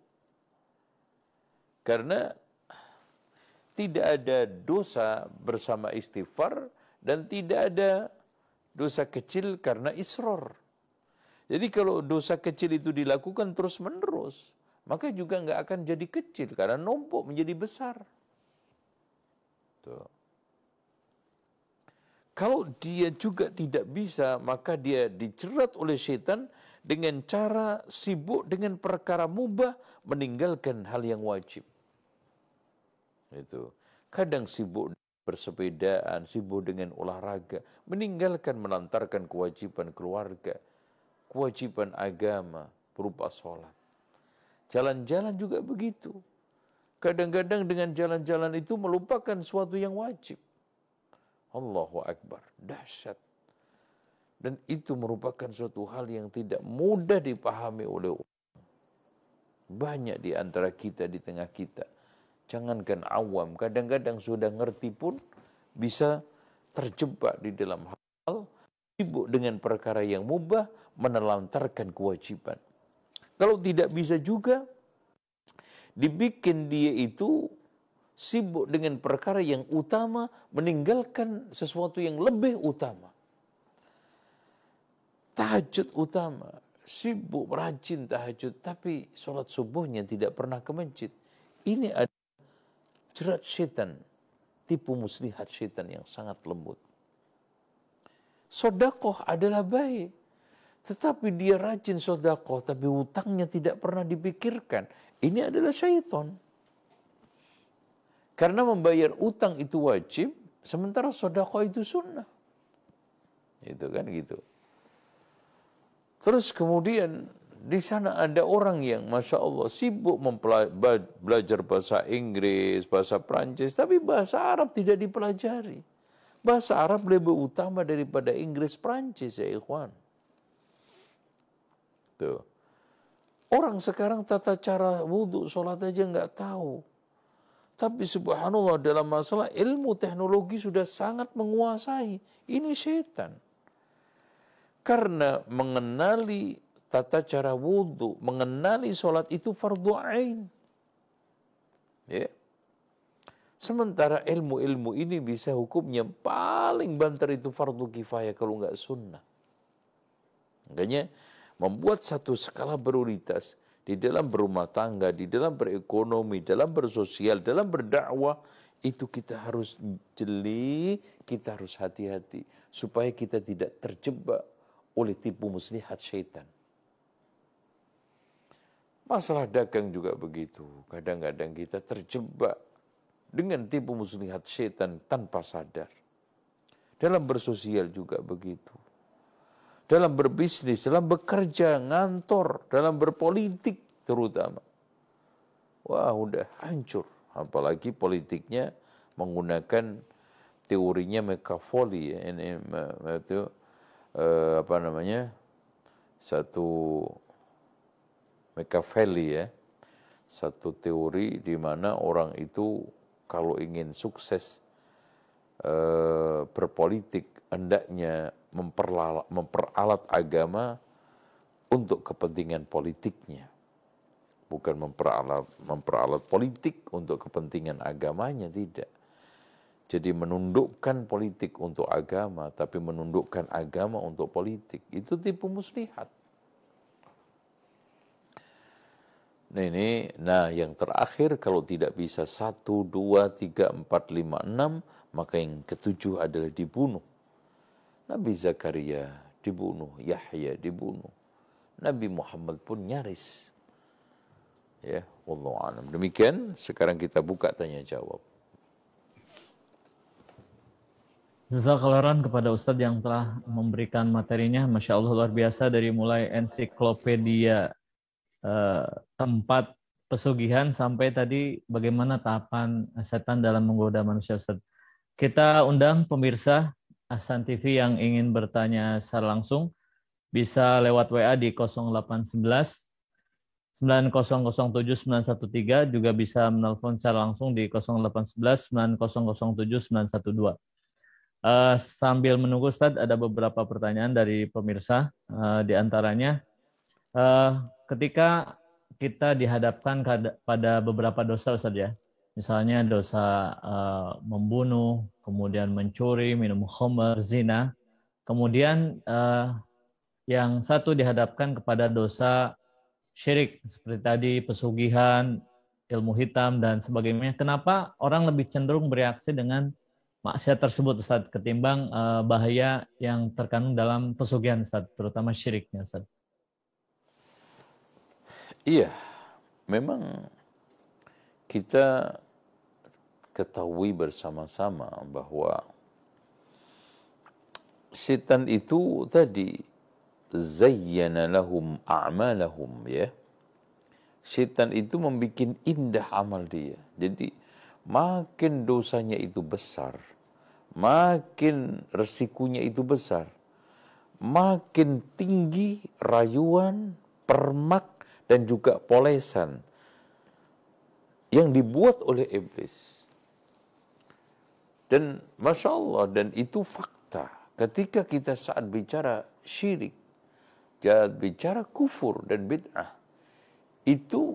Karena tidak ada dosa bersama istighfar dan tidak ada dosa kecil karena israr. Jadi kalau dosa kecil itu dilakukan terus-menerus, maka juga nggak akan jadi kecil karena numpuk menjadi besar. Tuh. Kalau dia juga tidak bisa, maka dia dijerat oleh syaitan dengan cara sibuk dengan perkara mubah, meninggalkan hal yang wajib. Itu. Kadang sibuk bersepedaan, sibuk dengan olahraga, meninggalkan melantarkan kewajiban keluarga, kewajiban agama berupa sholat. Jalan-jalan juga begitu. Kadang-kadang dengan jalan-jalan itu melupakan suatu yang wajib. Allahu Akbar, dahsyat. Dan itu merupakan suatu hal yang tidak mudah dipahami oleh orang. Banyak di antara kita, di tengah kita. Jangankan awam, kadang-kadang sudah ngerti pun bisa terjebak di dalam hal, sibuk dengan perkara yang mubah, menelantarkan kewajiban. Kalau tidak bisa juga, dibikin dia itu sibuk dengan perkara yang utama, meninggalkan sesuatu yang lebih utama. Tahajud utama, sibuk rajin tahajud, tapi sholat subuhnya tidak pernah ke masjid. Ini adalah jerat syaitan, tipu muslihat syaitan yang sangat lembut. Sodakoh adalah baik, tetapi dia rajin sodakoh, tapi hutangnya tidak pernah dipikirkan. Ini adalah syaitan. Karena membayar utang itu wajib, sementara sodakoh itu sunnah. Itu kan gitu. Terus kemudian di sana ada orang yang Masya Allah sibuk belajar bahasa Inggris, bahasa Prancis, tapi bahasa Arab tidak dipelajari. Bahasa Arab lebih utama daripada Inggris, Prancis ya ikhwan. Tuh. Orang sekarang tata cara wudhu, sholat aja nggak tahu. Tapi subhanallah dalam masalah ilmu teknologi sudah sangat menguasai. Ini setan. Karena mengenali tata cara wudhu, mengenali sholat itu fardu ain. Ya. Sementara ilmu-ilmu ini bisa hukumnya paling banter itu fardu kifayah kalau nggak sunnah. Makanya membuat satu skala prioritas di dalam berumah tangga, di dalam berekonomi, dalam bersosial, dalam berdakwah, itu kita harus jeli, kita harus hati-hati supaya kita tidak terjebak oleh tipu muslihat syaitan. Masalah dagang juga begitu. Kadang-kadang kita terjebak dengan tipu muslihat syaitan tanpa sadar. Dalam bersosial juga begitu. Dalam berbisnis, dalam bekerja, ngantor, dalam berpolitik terutama. Wah, udah hancur. Apalagi politiknya menggunakan teorinya Machiavelli, ya. Ini itu eh, apa namanya? Satu Machiavelli, ya. Satu teori di mana orang itu kalau ingin sukses eh, berpolitik hendaknya Memperalat, memperalat agama untuk kepentingan politiknya. Bukan memperalat, memperalat politik untuk kepentingan agamanya, tidak. Jadi menundukkan politik untuk agama, tapi menundukkan agama untuk politik. Itu tipu muslihat. Nah ini, nah yang terakhir kalau tidak bisa satu, dua, tiga, empat, lima, enam, maka yang ketujuh adalah dibunuh. Nabi Zakaria dibunuh, Yahya dibunuh, Nabi Muhammad pun nyaris. Ya, wallahu a'lam. Demikian, sekarang kita buka tanya jawab. Jazakallahu khairan kepada Ustadz yang telah memberikan materinya, Masya Allah luar biasa, dari mulai ensiklopedia eh, tempat pesugihan sampai tadi bagaimana tahapan setan dalam menggoda manusia, Ustadz. Kita undang pemirsa Ahsan T V yang ingin bertanya secara langsung bisa lewat W A di nol delapan satu satu sembilan nol nol tujuh sembilan satu tiga, juga bisa menelpon secara langsung di nol delapan satu satu sembilan nol nol tujuh sembilan satu dua. Uh, sambil menunggu Ustadz, ada beberapa pertanyaan dari pemirsa, uh, di antaranya uh, ketika kita dihadapkan pada beberapa dosa, Ustadz, ya. Misalnya dosa uh, membunuh, kemudian mencuri, minum khamr, zina. Kemudian uh, yang satu dihadapkan kepada dosa syirik, seperti tadi pesugihan, ilmu hitam, dan sebagainya. Kenapa orang lebih cenderung bereaksi dengan maksiat tersebut, Ustadz, ketimbang uh, bahaya yang terkandung dalam pesugihan, Ustadz, terutama syiriknya, Ustadz? Iya, memang kita ketahui bersama-sama bahwa setan itu tadi zayyana lahum a'malahum, ya. Setan itu membuat indah amal dia. Jadi makin dosanya itu besar, makin resikonya itu besar, makin tinggi rayuan, permak, dan juga polesan yang dibuat oleh iblis. Dan Masya Allah, dan itu fakta. Ketika kita saat bicara syirik, saat bicara kufur dan bid'ah, itu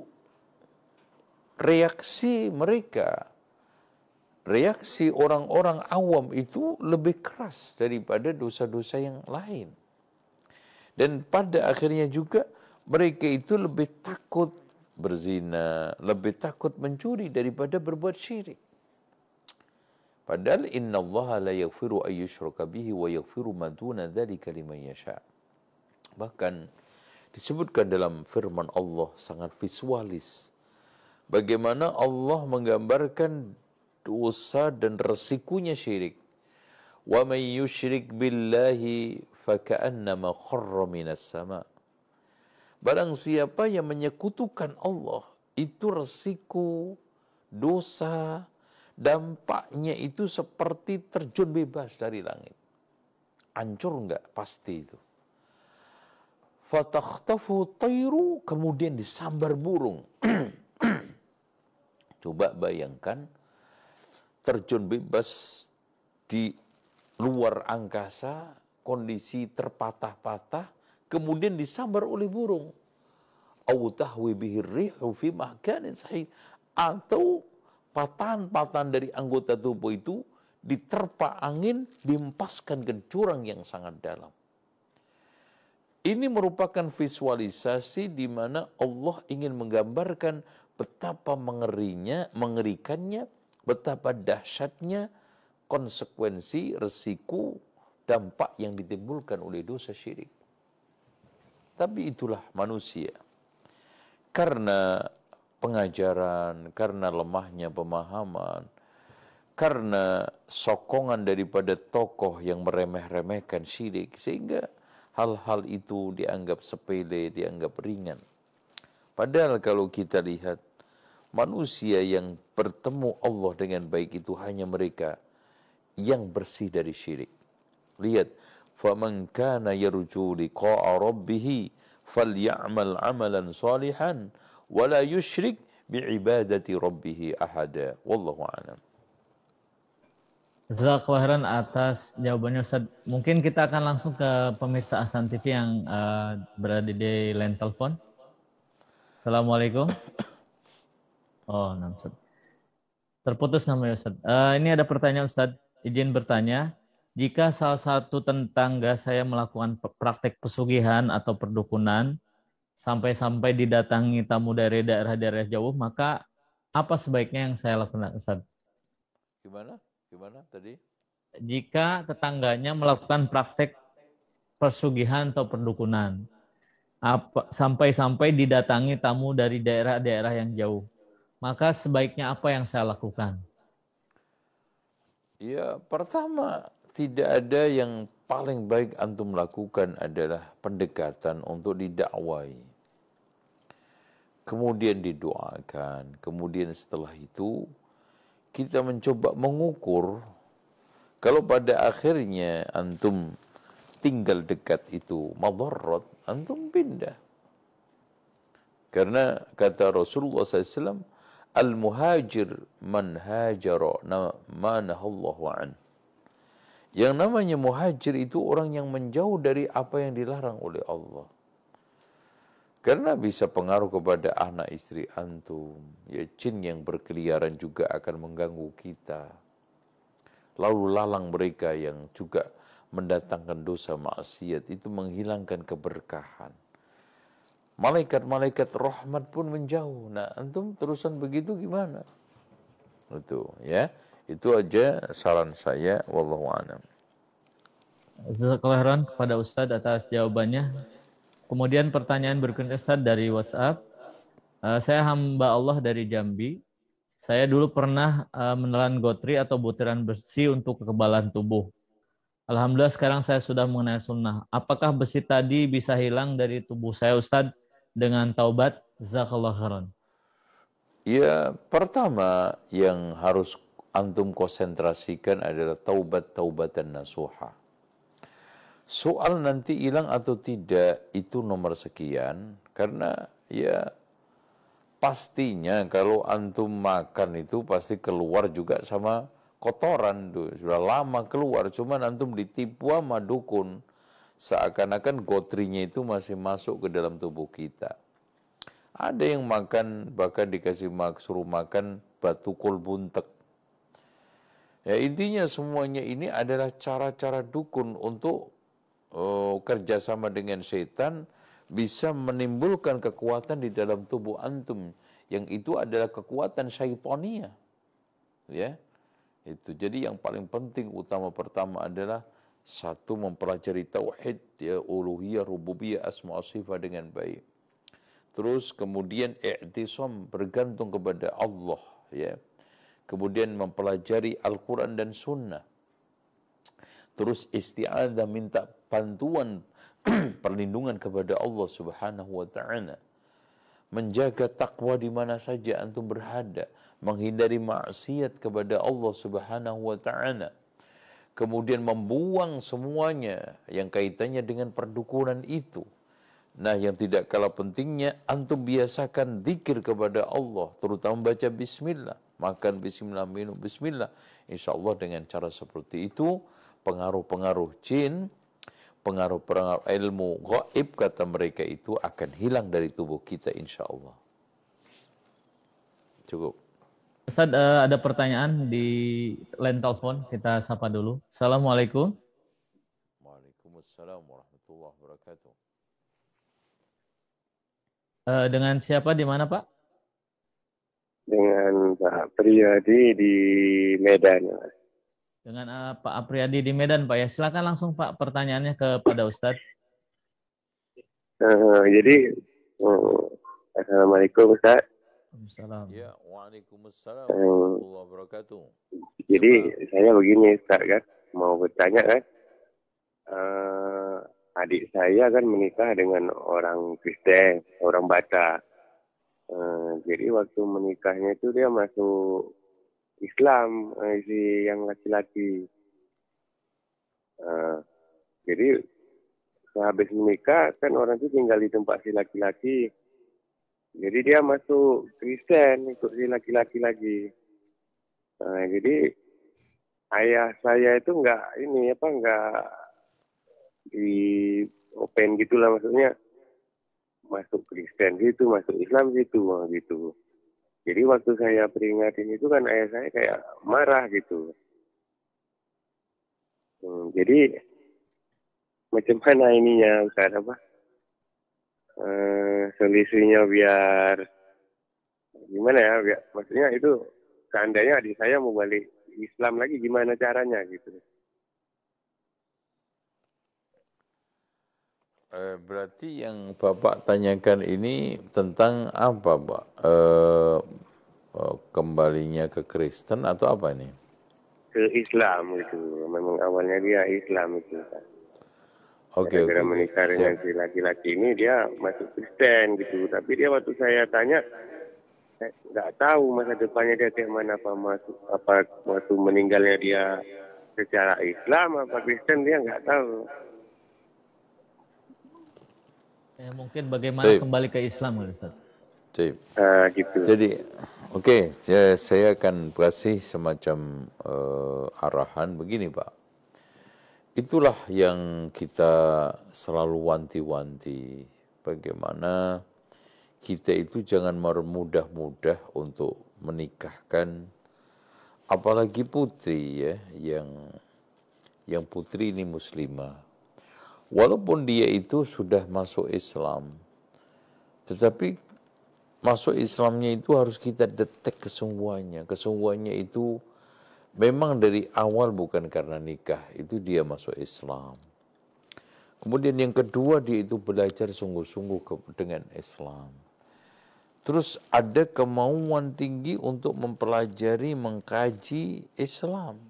reaksi mereka, reaksi orang-orang awam itu lebih keras daripada dosa-dosa yang lain. Dan pada akhirnya juga mereka itu lebih takut berzina, lebih takut mencuri daripada berbuat syirik. Padahal innallaha la yaghfiru ay yushraka bihi wa yaghfiru ma duna dzalika liman yasha. Bahkan disebutkan dalam firman Allah sangat visualis bagaimana Allah menggambarkan dosa dan resikonya syirik. Wa may yusyrik billahi faka'annama kharra minas sama'. Barang siapa yang menyekutukan Allah, itu resiko dosa, dampaknya itu seperti terjun bebas dari langit. Hancur enggak? Pasti itu. fatakhtafu tayru, kemudian disambar burung. Coba bayangkan terjun bebas di luar angkasa, kondisi terpatah-patah, kemudian disambar oleh burung. Au tahwi bihi rihu fi makanin sahih, atau patahan-patahan dari anggota tubuh itu diterpa angin, dihempaskan ke jurang yang sangat dalam. Ini merupakan visualisasi di mana Allah ingin menggambarkan betapa mengerinya, mengerikannya, betapa dahsyatnya konsekuensi, resiko, dampak yang ditimbulkan oleh dosa syirik. Tapi itulah manusia. Karena pengajaran, karena lemahnya pemahaman, karena sokongan daripada tokoh yang meremeh-remehkan syirik, sehingga hal-hal itu dianggap sepele, dianggap ringan. Padahal kalau kita lihat, manusia yang bertemu Allah dengan baik itu hanya mereka yang bersih dari syirik. Lihat, faman kana yarju liqa'a rabbih falyamal 'amalan salihan wa la yusyrik bi'ibadati rabbih ahada. Wallahu a'lam. Jazakallahu khairan atas jawabannya Ustaz. Mungkin kita akan langsung ke pemirsa Ahsan T V yang uh, berada di line telepon. Assalamualaikum. Oh, nah, Ustaz. Terputus namanya Ustaz. Uh, ini ada pertanyaan Ustaz. Izin bertanya, jika salah satu tetangga saya melakukan praktek pesugihan atau perdukunan, sampai-sampai didatangi tamu dari daerah-daerah jauh, maka apa sebaiknya yang saya lakukan Ustaz? Gimana? Gimana tadi? Jika tetangganya melakukan praktek persugihan atau perdukunan, apa, sampai-sampai didatangi tamu dari daerah-daerah yang jauh, maka sebaiknya apa yang saya lakukan? Ya, pertama, tidak ada yang paling baik antum lakukan adalah pendekatan untuk didakwai. Kemudian didoakan, kemudian setelah itu kita mencoba mengukur. Kalau pada akhirnya antum tinggal dekat itu madarrat, antum pindah. Karena kata Rasulullah sallallahu alaihi wasallam, al-muhajir man hajara ma nahallahu an. Yang namanya muhajir itu orang yang menjauh dari apa yang dilarang oleh Allah. Karena bisa pengaruh kepada anak istri antum. Ya, jin yang berkeliaran juga akan mengganggu kita. Lalu lalang mereka yang juga mendatangkan dosa maksiat itu menghilangkan keberkahan. Malaikat-malaikat rahmat pun menjauh. Nah, antum terusan begitu gimana? Itu ya. Itu aja saran saya, wallahu a'lam. Jazakallahu khairan kepada Ustadz atas jawabannya. Kemudian pertanyaan berikutnya Ustadz dari WhatsApp. Uh, saya hamba Allah dari Jambi. Saya dulu pernah uh, menelan gotri atau butiran besi untuk kekebalan tubuh. Alhamdulillah sekarang saya sudah mengenal sunnah. Apakah besi tadi bisa hilang dari tubuh saya Ustadz dengan taubat? Jazakallahu khairan. Ya, pertama yang harus antum konsentrasikan adalah taubat-taubatan nasuha. Soal nanti hilang atau tidak itu nomor sekian, karena ya pastinya kalau antum makan itu pasti keluar juga sama kotoran tuh. Sudah lama keluar, cuman antum ditipu sama dukun. Seakan-akan gotrinya itu masih masuk ke dalam tubuh kita. Ada yang makan bahkan dikasih mak, suruh makan batu kol buntek. Ya, intinya semuanya ini adalah cara-cara dukun untuk oh, kerjasama dengan setan bisa menimbulkan kekuatan di dalam tubuh antum yang itu adalah kekuatan syaitonia. Ya, itu. Jadi yang paling penting utama pertama adalah satu mempelajari tauhid, ya, uluhiyah, rububiyah, asma sifat dengan baik. Terus kemudian i'tisam, bergantung kepada Allah, ya. Kemudian mempelajari Al-Quran dan Sunnah. Terus isti'adah, minta bantuan perlindungan kepada Allah Subhanahu wa ta'ala. Menjaga takwa di mana saja antum berada, menghindari maksiat kepada Allah Subhanahu wa ta'ala. Kemudian membuang semuanya yang kaitannya dengan perdukunan itu. Nah, yang tidak kalah pentingnya, antum biasakan zikir kepada Allah, terutama baca bismillah. Makan bismillah, minum bismillah. Insya Allah dengan cara seperti itu, pengaruh-pengaruh jin, pengaruh-pengaruh ilmu gaib, kata mereka itu akan hilang dari tubuh kita insya Allah. Cukup. Ustaz, eh, ada pertanyaan di line telepon, kita sapa dulu. Assalamualaikum. Waalaikumsalam warahmatullahi wabarakatuh. Eh, dengan siapa di mana, Pak? Dengan Pak Priyadi di Medan. Dengan uh, Pak Apriyadi di Medan, Pak ya. Silakan langsung Pak pertanyaannya kepada Ustadz. Uh, jadi, uh, Assalamualaikum Ustaz. Waalaikumsalam. Ya, waalaikumsalam warahmatullahi wabarakatuh. Jadi Coba. saya begini Ustaz kan, mau bertanya kan, uh, adik saya kan menikah dengan orang Kristen, orang Batak. Uh, jadi waktu menikahnya itu dia masuk Islam, uh, si yang laki-laki. Uh, jadi sehabis menikah kan orang itu tinggal di tempat si laki-laki. Jadi dia masuk Kristen, ikut si laki-laki lagi. Nah, jadi ayah saya itu enggak ini apa enggak di open gitulah, maksudnya masuk Kristen gitu, masuk Islam gitu, gitu. Jadi waktu saya peringatin itu kan ayah saya kayak marah gitu. Hmm, jadi macam mana ininya Ustaz apa? Uh, solusinya biar gimana ya? Biar, maksudnya itu seandainya adik saya mau balik Islam lagi, gimana caranya gitu? Eh, berarti yang Bapak tanyakan ini tentang apa, Pak? Eh, eh, kembalinya ke Kristen atau apa ini? Ke Islam itu. Memang awalnya dia Islam itu. Oke, Gara-gara oke. menikah Siap. dengan si laki-laki ini dia masuk Kristen gitu. Tapi dia waktu saya tanya, saya nggak tahu masa depannya dia kayak mana, apa masuk apa waktu meninggalnya dia secara Islam apa Kristen, dia nggak tahu. Ya, mungkin bagaimana Baik. kembali ke Islam, Ustaz. Baik. Nah, gitu. Jadi, oke, okay, saya, saya akan kasih semacam uh, arahan begini, Pak. Itulah yang kita selalu wanti-wanti, bagaimana kita itu jangan bermudah-mudah untuk menikahkan, apalagi putri ya, yang yang putri ini muslimah. Walaupun dia itu sudah masuk Islam, tetapi masuk Islamnya itu harus kita detek kesungguhannya. Kesungguhannya itu memang dari awal bukan karena nikah, itu dia masuk Islam. Kemudian yang kedua, dia itu belajar sungguh-sungguh dengan Islam. Terus ada kemauan tinggi untuk mempelajari, mengkaji Islam.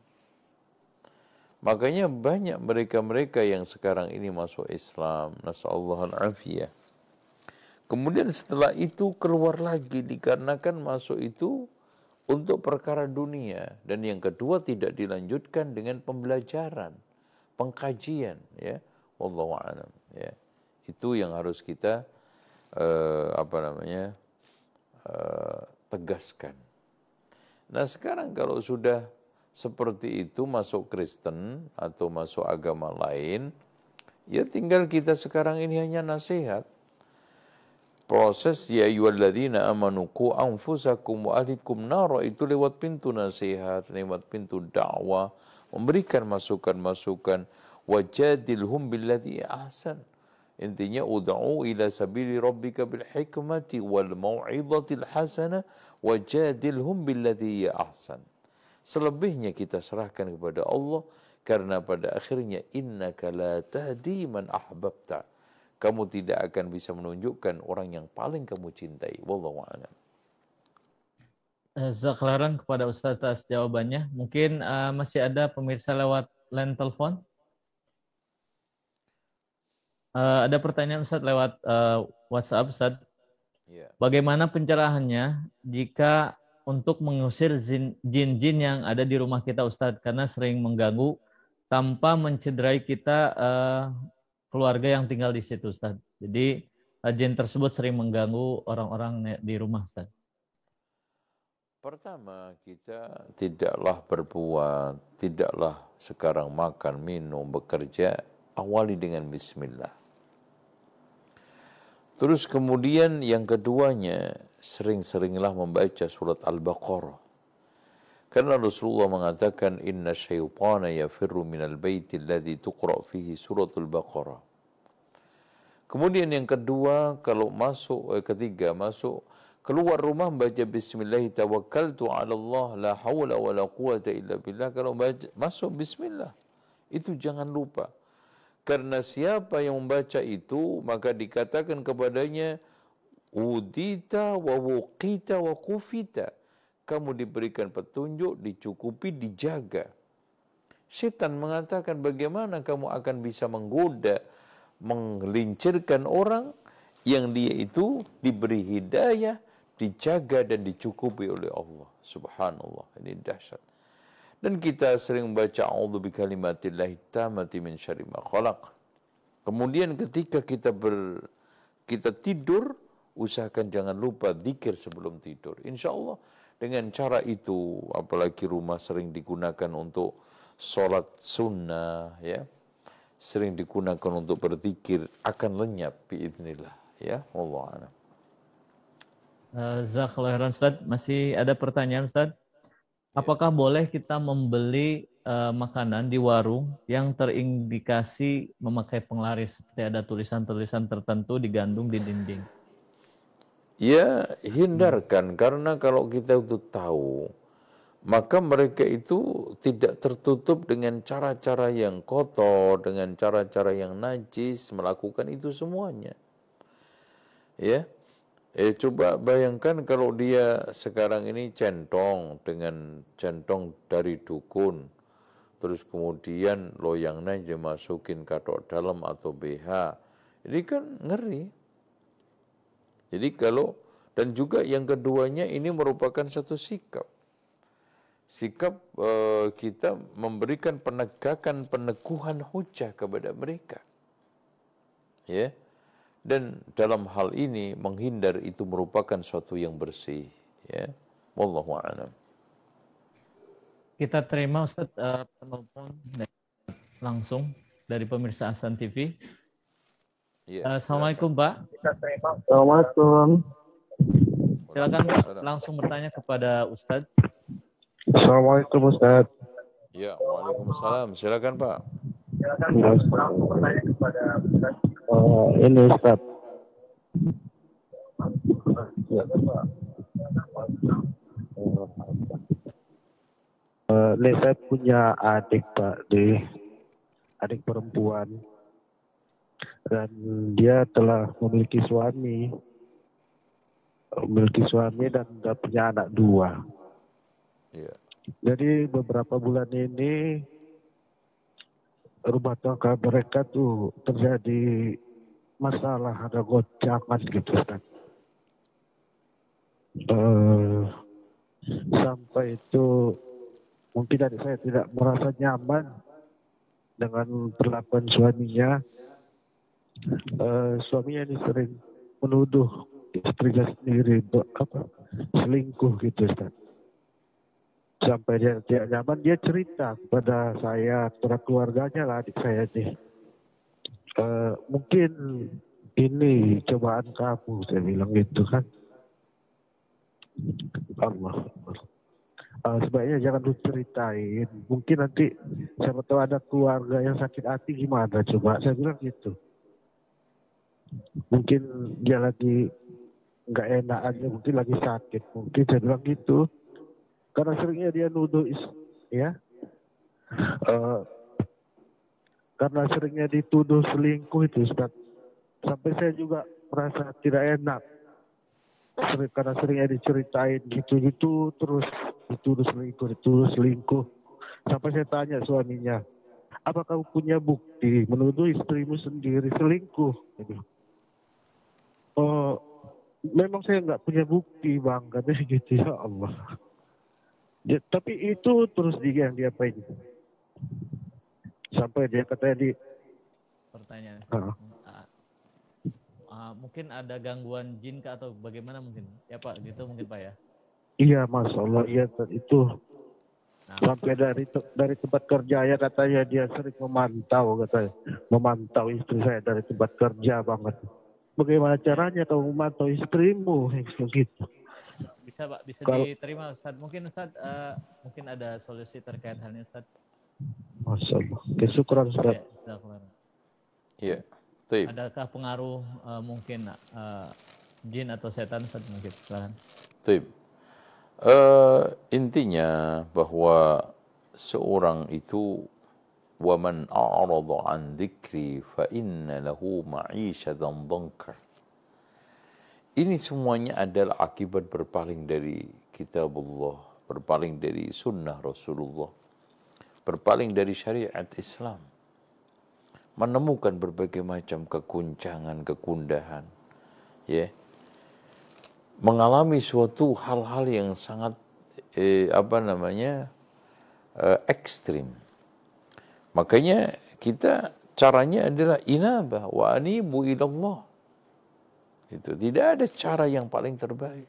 Makanya banyak mereka-mereka yang sekarang ini masuk Islam. Nasallahu al-afiyah. Kemudian setelah itu keluar lagi dikarenakan masuk itu untuk perkara dunia. Dan yang kedua tidak dilanjutkan dengan pembelajaran, pengkajian. Ya, wallahu a'lam. Ya, itu yang harus kita uh, apa namanya uh, tegaskan. Nah sekarang kalau sudah seperti itu masuk Kristen atau masuk agama lain, ya tinggal kita sekarang ini hanya nasihat. Proses ya ayyuhalladzina amanu qu anfusakum wa ahlikum nar itu lewat pintu nasihat, lewat pintu dakwah, memberikan masukan-masukan, wajadilhum billati ahsan. Intinya ud'u ila sabili rabbika bil hikmati wal mau'izatil hasanah wajadilhum billati ahsan. Selebihnya kita serahkan kepada Allah, karena pada akhirnya innaka la tahdi man ahbabta. Kamu tidak akan bisa menunjukkan orang yang paling kamu cintai. Wallahu a'lam. Jazakallahu kepada Ustaz atas jawabannya. Mungkin uh, masih ada pemirsa lewat line telepon. Uh, ada pertanyaan Ustaz lewat uh, WhatsApp Ustaz. Yeah. Bagaimana pencerahannya jika untuk mengusir jin-jin yang ada di rumah kita Ustadz, karena sering mengganggu tanpa mencederai kita uh, keluarga yang tinggal di situ Ustadz. Jadi uh, jin tersebut sering mengganggu orang-orang di rumah, Ustaz? Pertama, kita tidaklah berbuat, tidaklah sekarang makan, minum, bekerja, awali dengan bismillah. Terus kemudian yang keduanya, sering-seringlah membaca surat Al-Baqarah. Karena Rasulullah mengatakan, inna syaitana yafirru minal baiti alladhi tuqra' fihi suratul Baqarah. Kemudian yang kedua, kalau masuk, eh, ketiga, masuk, keluar rumah baca bismillah tawakkaltu ala Allah la hawla wa la quwata illa billah. Kalau baca, masuk bismillah. Itu jangan lupa. Karena siapa yang membaca itu, maka dikatakan kepadanya, udita wa wuqita wa kufita. Kamu diberikan petunjuk, dicukupi, dijaga. Setan mengatakan bagaimana kamu akan bisa menggoda, menggelincirkan orang yang dia itu diberi hidayah, dijaga dan dicukupi oleh Allah. Subhanallah, ini dahsyat. Dan kita sering baca a'udzu bikalimatillahi tammati min syarri ma khalaq. Kemudian ketika kita ber kita tidur, usahakan jangan lupa zikir sebelum tidur. Insya Allah dengan cara itu, apalagi rumah sering digunakan untuk sholat sunnah, ya, sering digunakan untuk berzikir, akan lenyap biiznillah, ya. Wallahu a'lam. Jazakallahu khairan, Ustaz. Masih ada pertanyaan, Ustaz? Apakah boleh kita membeli uh, makanan di warung yang terindikasi memakai penglaris, seperti ada tulisan-tulisan tertentu digantung di dinding? Ya, hindarkan, karena kalau kita itu tahu, maka mereka itu tidak tertutup dengan cara-cara yang kotor, dengan cara-cara yang najis, melakukan itu semuanya. Ya, eh, coba bayangkan kalau dia sekarang ini centong dengan centong dari dukun, terus kemudian loyangnya dimasukin katok dalam atau B H, ini kan ngeri. Jadi kalau, dan juga yang keduanya ini merupakan satu sikap. Sikap uh, kita memberikan penegakan, peneguhan hujah kepada mereka. Ya. Dan dalam hal ini menghindar itu merupakan suatu yang bersih. Ya. Wallahu a'lam. Kita terima, Ustaz, uh, penelpon langsung dari pemirsa Ahsan T V. Ya, Assalamualaikum, Pak. Assalamualaikum. Silakan langsung bertanya kepada Ustadz. Assalamualaikum Ustaz. Ya, waalaikumsalam. Silakan Pak. Silakan langsung bertanya kepada Ustaz. Uh, ini Ustaz. Ya. Uh, ini saya punya adik Pak, di adik perempuan. Dan dia telah memiliki suami, memiliki suami dan sudah punya anak dua. Yeah. Jadi beberapa bulan ini rumah tangga mereka tuh terjadi masalah, ada goncangan gitu kan. Uh, sampai itu mungkin adik saya tidak merasa nyaman dengan perlakuan suaminya. Uh, suaminya ini sering menuduh istrinya sendiri apa selingkuh gitu Ustaz. Sampai dia tidak nyaman, dia cerita kepada saya, kepada keluarganya lah, adik saya nih. Uh, mungkin ini cobaan kamu, saya bilang gitu kan. Allah. Uh, sebaiknya jangan diceritain. Mungkin nanti siapa tahu ada keluarga yang sakit hati gimana coba, saya bilang gitu. Mungkin dia lagi nggak enak aja, mungkin lagi sakit, mungkin saya bilang gitu. Karena seringnya dia nuduh, ya, uh, karena seringnya dituduh selingkuh itu, Ustaz. Sampai saya juga merasa tidak enak. Sering, karena seringnya diceritain gitu-gitu, terus dituduh selingkuh, dituduh selingkuh. Sampai saya tanya suaminya, apa kamu punya bukti menuduh istrimu sendiri selingkuh? Gitu. Oh, memang saya nggak punya bukti bang, katanya gitu, ya Allah. Ya, tapi itu terus dia yang diapain? Sampai dia katanya di pertanyaan. uh. Uh, mungkin ada gangguan jin kah atau bagaimana mungkin? Ya Pak, gitu mungkin Pak ya. Iya, Masya Allah, iya Ustaz. Itu Nah, sampai dari te- dari tempat kerja ya katanya dia sering memantau katanya, memantau istri saya dari tempat kerja banget. Bagaimana caranya kamu memantau istrimu? Gitu. bisa Pak, bisa Kalau diterima Ustaz. Mungkin Ustaz uh, mungkin ada solusi terkait halnya Ustaz. Masya Allah. Oke, syukuran Ustaz. Ya, Ustaz. Ya, baik. Adakah pengaruh uh, mungkin uh, jin atau setan Ustaz mungkin? Silakan. Baik. Uh, intinya bahwa seorang itu waman a'rada an dzikri fa inna lahu ma'isyatan dhanka. Ini semuanya adalah akibat berpaling dari kitabullah, berpaling dari sunnah Rasulullah, berpaling dari syariat Islam, menemukan berbagai macam kekuncangan, kekundahan, ya, mengalami suatu hal-hal yang sangat eh, apa namanya eh, ekstrim. Makanya kita caranya adalah inabah wa anibu ilallah. Itu tidak ada cara yang paling terbaik.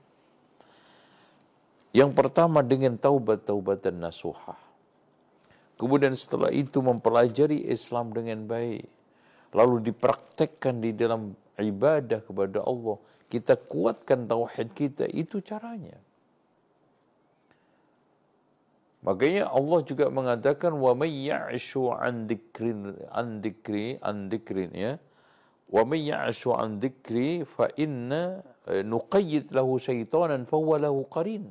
Yang pertama dengan taubat-taubatan nasuhah. Kemudian setelah itu mempelajari Islam dengan baik. Lalu dipraktekkan di dalam ibadah kepada Allah. Kita kuatkan tauhid kita, itu caranya. Makanya Allah juga mengatakan wa may ya'shu an dzikrin an dzikri an dzikrin ya. Wa may ya'shu an dzikri fa inna nuqayyid lahu syaitanan fa huwa lahu qarin.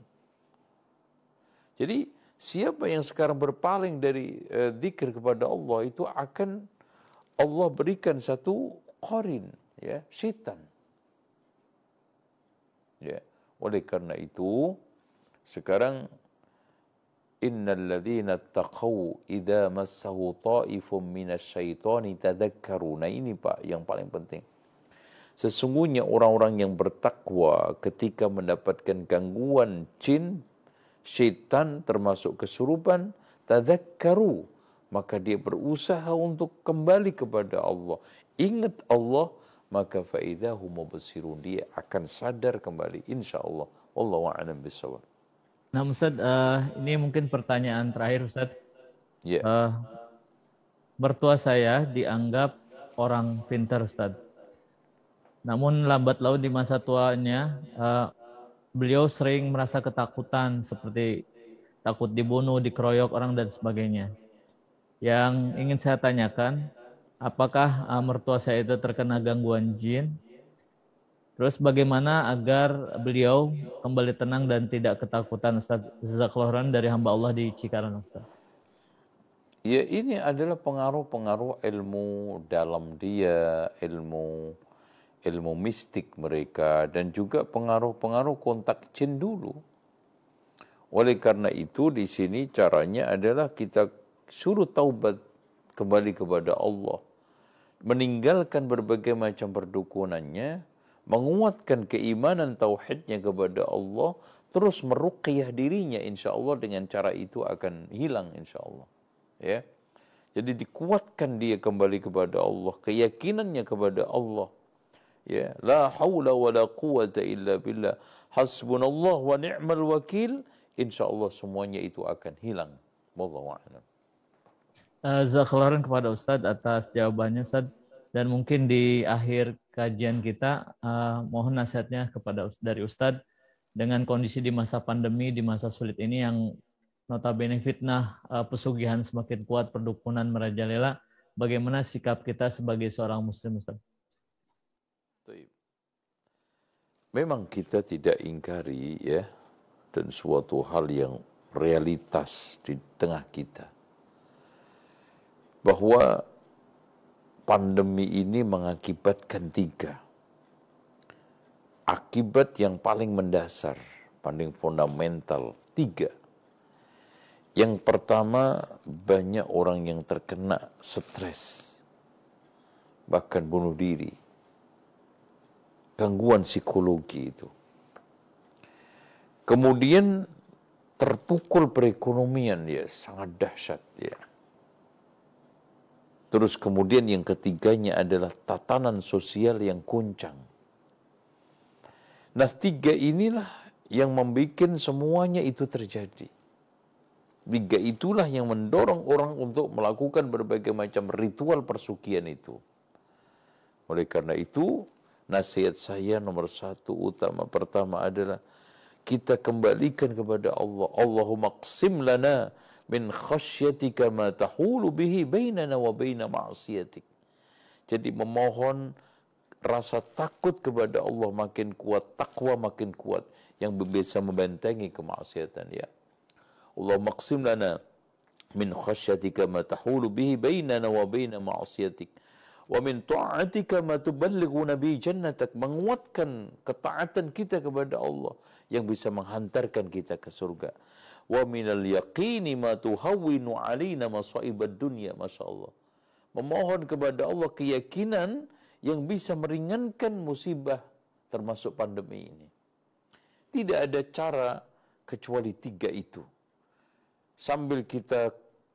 Jadi siapa yang sekarang berpaling dari uh, zikir kepada Allah itu akan Allah berikan satu qarin, ya, syaitan. Ya, oleh karena itu sekarang innal ladzina taqaw idza massahu ta'ifum minasyaitani tadzakkaru. Nah ini Pak yang paling penting. Sesungguhnya orang-orang yang bertakwa ketika mendapatkan gangguan jin, syaitan termasuk kesurupan, tadzakkaru, maka dia berusaha untuk kembali kepada Allah. Ingat Allah, maka faidahum mubsirun, dia akan sadar kembali insyaallah. Wallahu a'lam bishawab. Nah Ustaz, uh, ini mungkin pertanyaan terakhir Ustaz. Ya. Uh, mertua saya dianggap orang pintar Ustaz. Namun lambat laun di masa tuanya, uh, beliau sering merasa ketakutan seperti takut dibunuh, dikeroyok orang dan sebagainya. Yang ingin saya tanyakan, apakah uh, mertua saya itu terkena gangguan jin? Terus bagaimana agar beliau kembali tenang dan tidak ketakutan Ustaz? Jazakallahu khairan dari hamba Allah di Cikarang Ustaz. Ya ini adalah pengaruh-pengaruh ilmu dalam dia, ilmu ilmu mistik mereka dan juga pengaruh-pengaruh kontak jin dulu. Oleh karena itu di sini caranya adalah kita suruh taubat kembali kepada Allah. Meninggalkan berbagai macam perdukunannya, menguatkan keimanan tauhidnya kepada Allah, terus meruqyah dirinya, insya Allah dengan cara itu akan hilang insya Allah. Ya, jadi dikuatkan dia kembali kepada Allah, keyakinannya kepada Allah. Ya, la haula wa la quwata illa billah, hasbunallah wa ni'mal wakil, insya Allah semuanya itu akan hilang. Wallahu a'lam. Jazakallahu khairan kepada Ustadz atas jawabannya Ustadz. Dan mungkin di akhir kajian kita, uh, mohon nasihatnya kepada dari Ustadz dengan kondisi di masa pandemi, di masa sulit ini yang notabene fitnah uh, pesugihan semakin kuat, perdukunan merajalela, bagaimana sikap kita sebagai seorang muslim Ustadz? Memang kita tidak ingkari ya, dan suatu hal yang realitas di tengah kita, bahwa pandemi ini mengakibatkan tiga akibat yang paling mendasar, paling fundamental, tiga. Yang pertama, banyak orang yang terkena stres, bahkan bunuh diri, gangguan psikologi itu. Kemudian terpukul perekonomian, ya sangat dahsyat ya. Terus kemudian yang ketiganya adalah tatanan sosial yang goncang. Nah, tiga inilah yang membuat semuanya itu terjadi. Tiga itulah yang mendorong orang untuk melakukan berbagai macam ritual persugihan itu. Oleh karena itu, nasihat saya nomor satu utama pertama adalah kita kembalikan kepada Allah. Allahumma qsim lana min khasyatika ma tahulu bihi bainana wa baina ma'asiyatik. Jadi memohon rasa takut kepada Allah makin kuat, takwa makin kuat, yang bisa membentengi kemaksiatan. Ya Allahumma qsim lana min khasyatika ma tahulu bihi bainana wa baina ma'asiyatik. Wa min ta'atika ma tuballighuna bi jannatak, menguatkan ketaatan kita kepada Allah yang bisa menghantarkan kita ke surga. Wa minal yaqini ma tuhawwinu alaina masaibad dunya, masyaallah. Memohon kepada Allah keyakinan yang bisa meringankan musibah termasuk pandemi ini. Tidak ada cara kecuali tiga itu. Sambil kita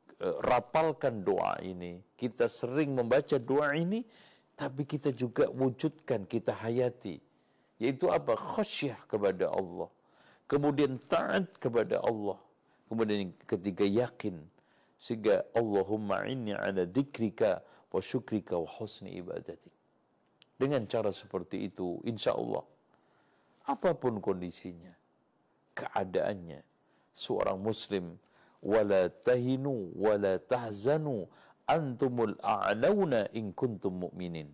rapalkan doa ini, kita sering membaca doa ini, tapi kita juga wujudkan, kita hayati. Yaitu apa? Khasyah kepada Allah. Kemudian taat kepada Allah. Kemudian ketiga yakin. Sehingga Allahumma inni ala dzikrika wa syukrika wa husni ibadatik. Dengan cara seperti itu, insya Allah, apapun kondisinya, keadaannya, seorang muslim, wala tahinu wala tahzanu antumul a'launa in kuntum mu'minin.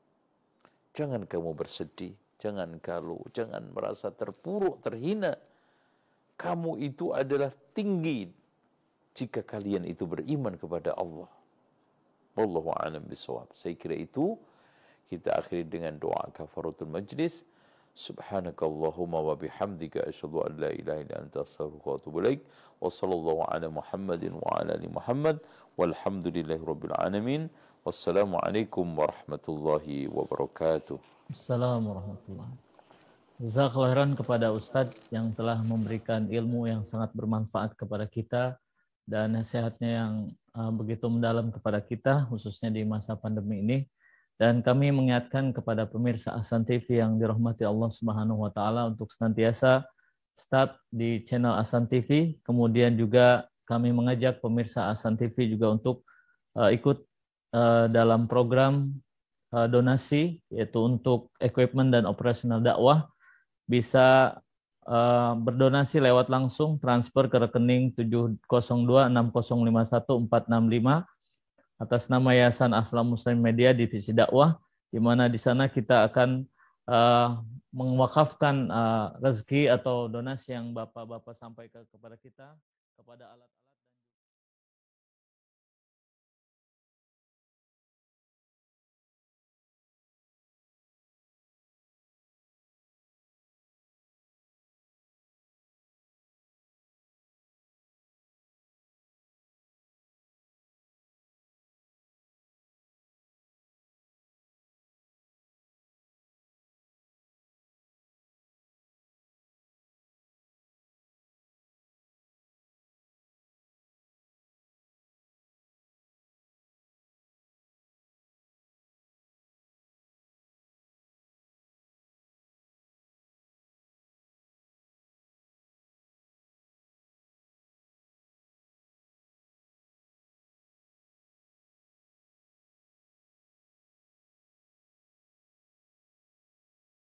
Jangan kamu bersedih, jangan kalu, jangan merasa terpuruk, terhina. Kamu itu adalah tinggi jika kalian itu beriman kepada Allah. Wallahu a'lam bishawab. Saya kira itu kita akhiri dengan doa kafaratul majlis. Subhanakallahumma wa bihamdika asyhadu an la ilaha illa anta astaghfiruka wa atubu ilaik. Wa sallallahu ala Muhammadin wa ala ali Muhammad walhamdulillahi rabbil alamin. Wassalamualaikum warahmatullahi wabarakatuh. Assalamualaikum warahmatullahi wabarakatuh. Jazakallahu khairan kepada Ustadz yang telah memberikan ilmu yang sangat bermanfaat kepada kita dan nasihatnya yang uh, begitu mendalam kepada kita khususnya di masa pandemi ini. Dan kami mengingatkan kepada pemirsa Ahsan T V yang dirahmati Allah Subhanahu wa taala untuk senantiasa start di channel Ahsan T V. Kemudian juga kami mengajak pemirsa Ahsan T V juga untuk uh, ikut uh, dalam program uh, donasi, yaitu untuk equipment dan operasional dakwah. Bisa uh, berdonasi lewat langsung transfer ke rekening tujuh nol dua enam nol lima satu empat enam lima atas nama Yayasan Aslam Muslim Media Divisi Dakwah, di mana di sana kita akan uh, mewakafkan uh, rezeki atau donasi yang Bapak-bapak sampaikan kepada kita kepada alat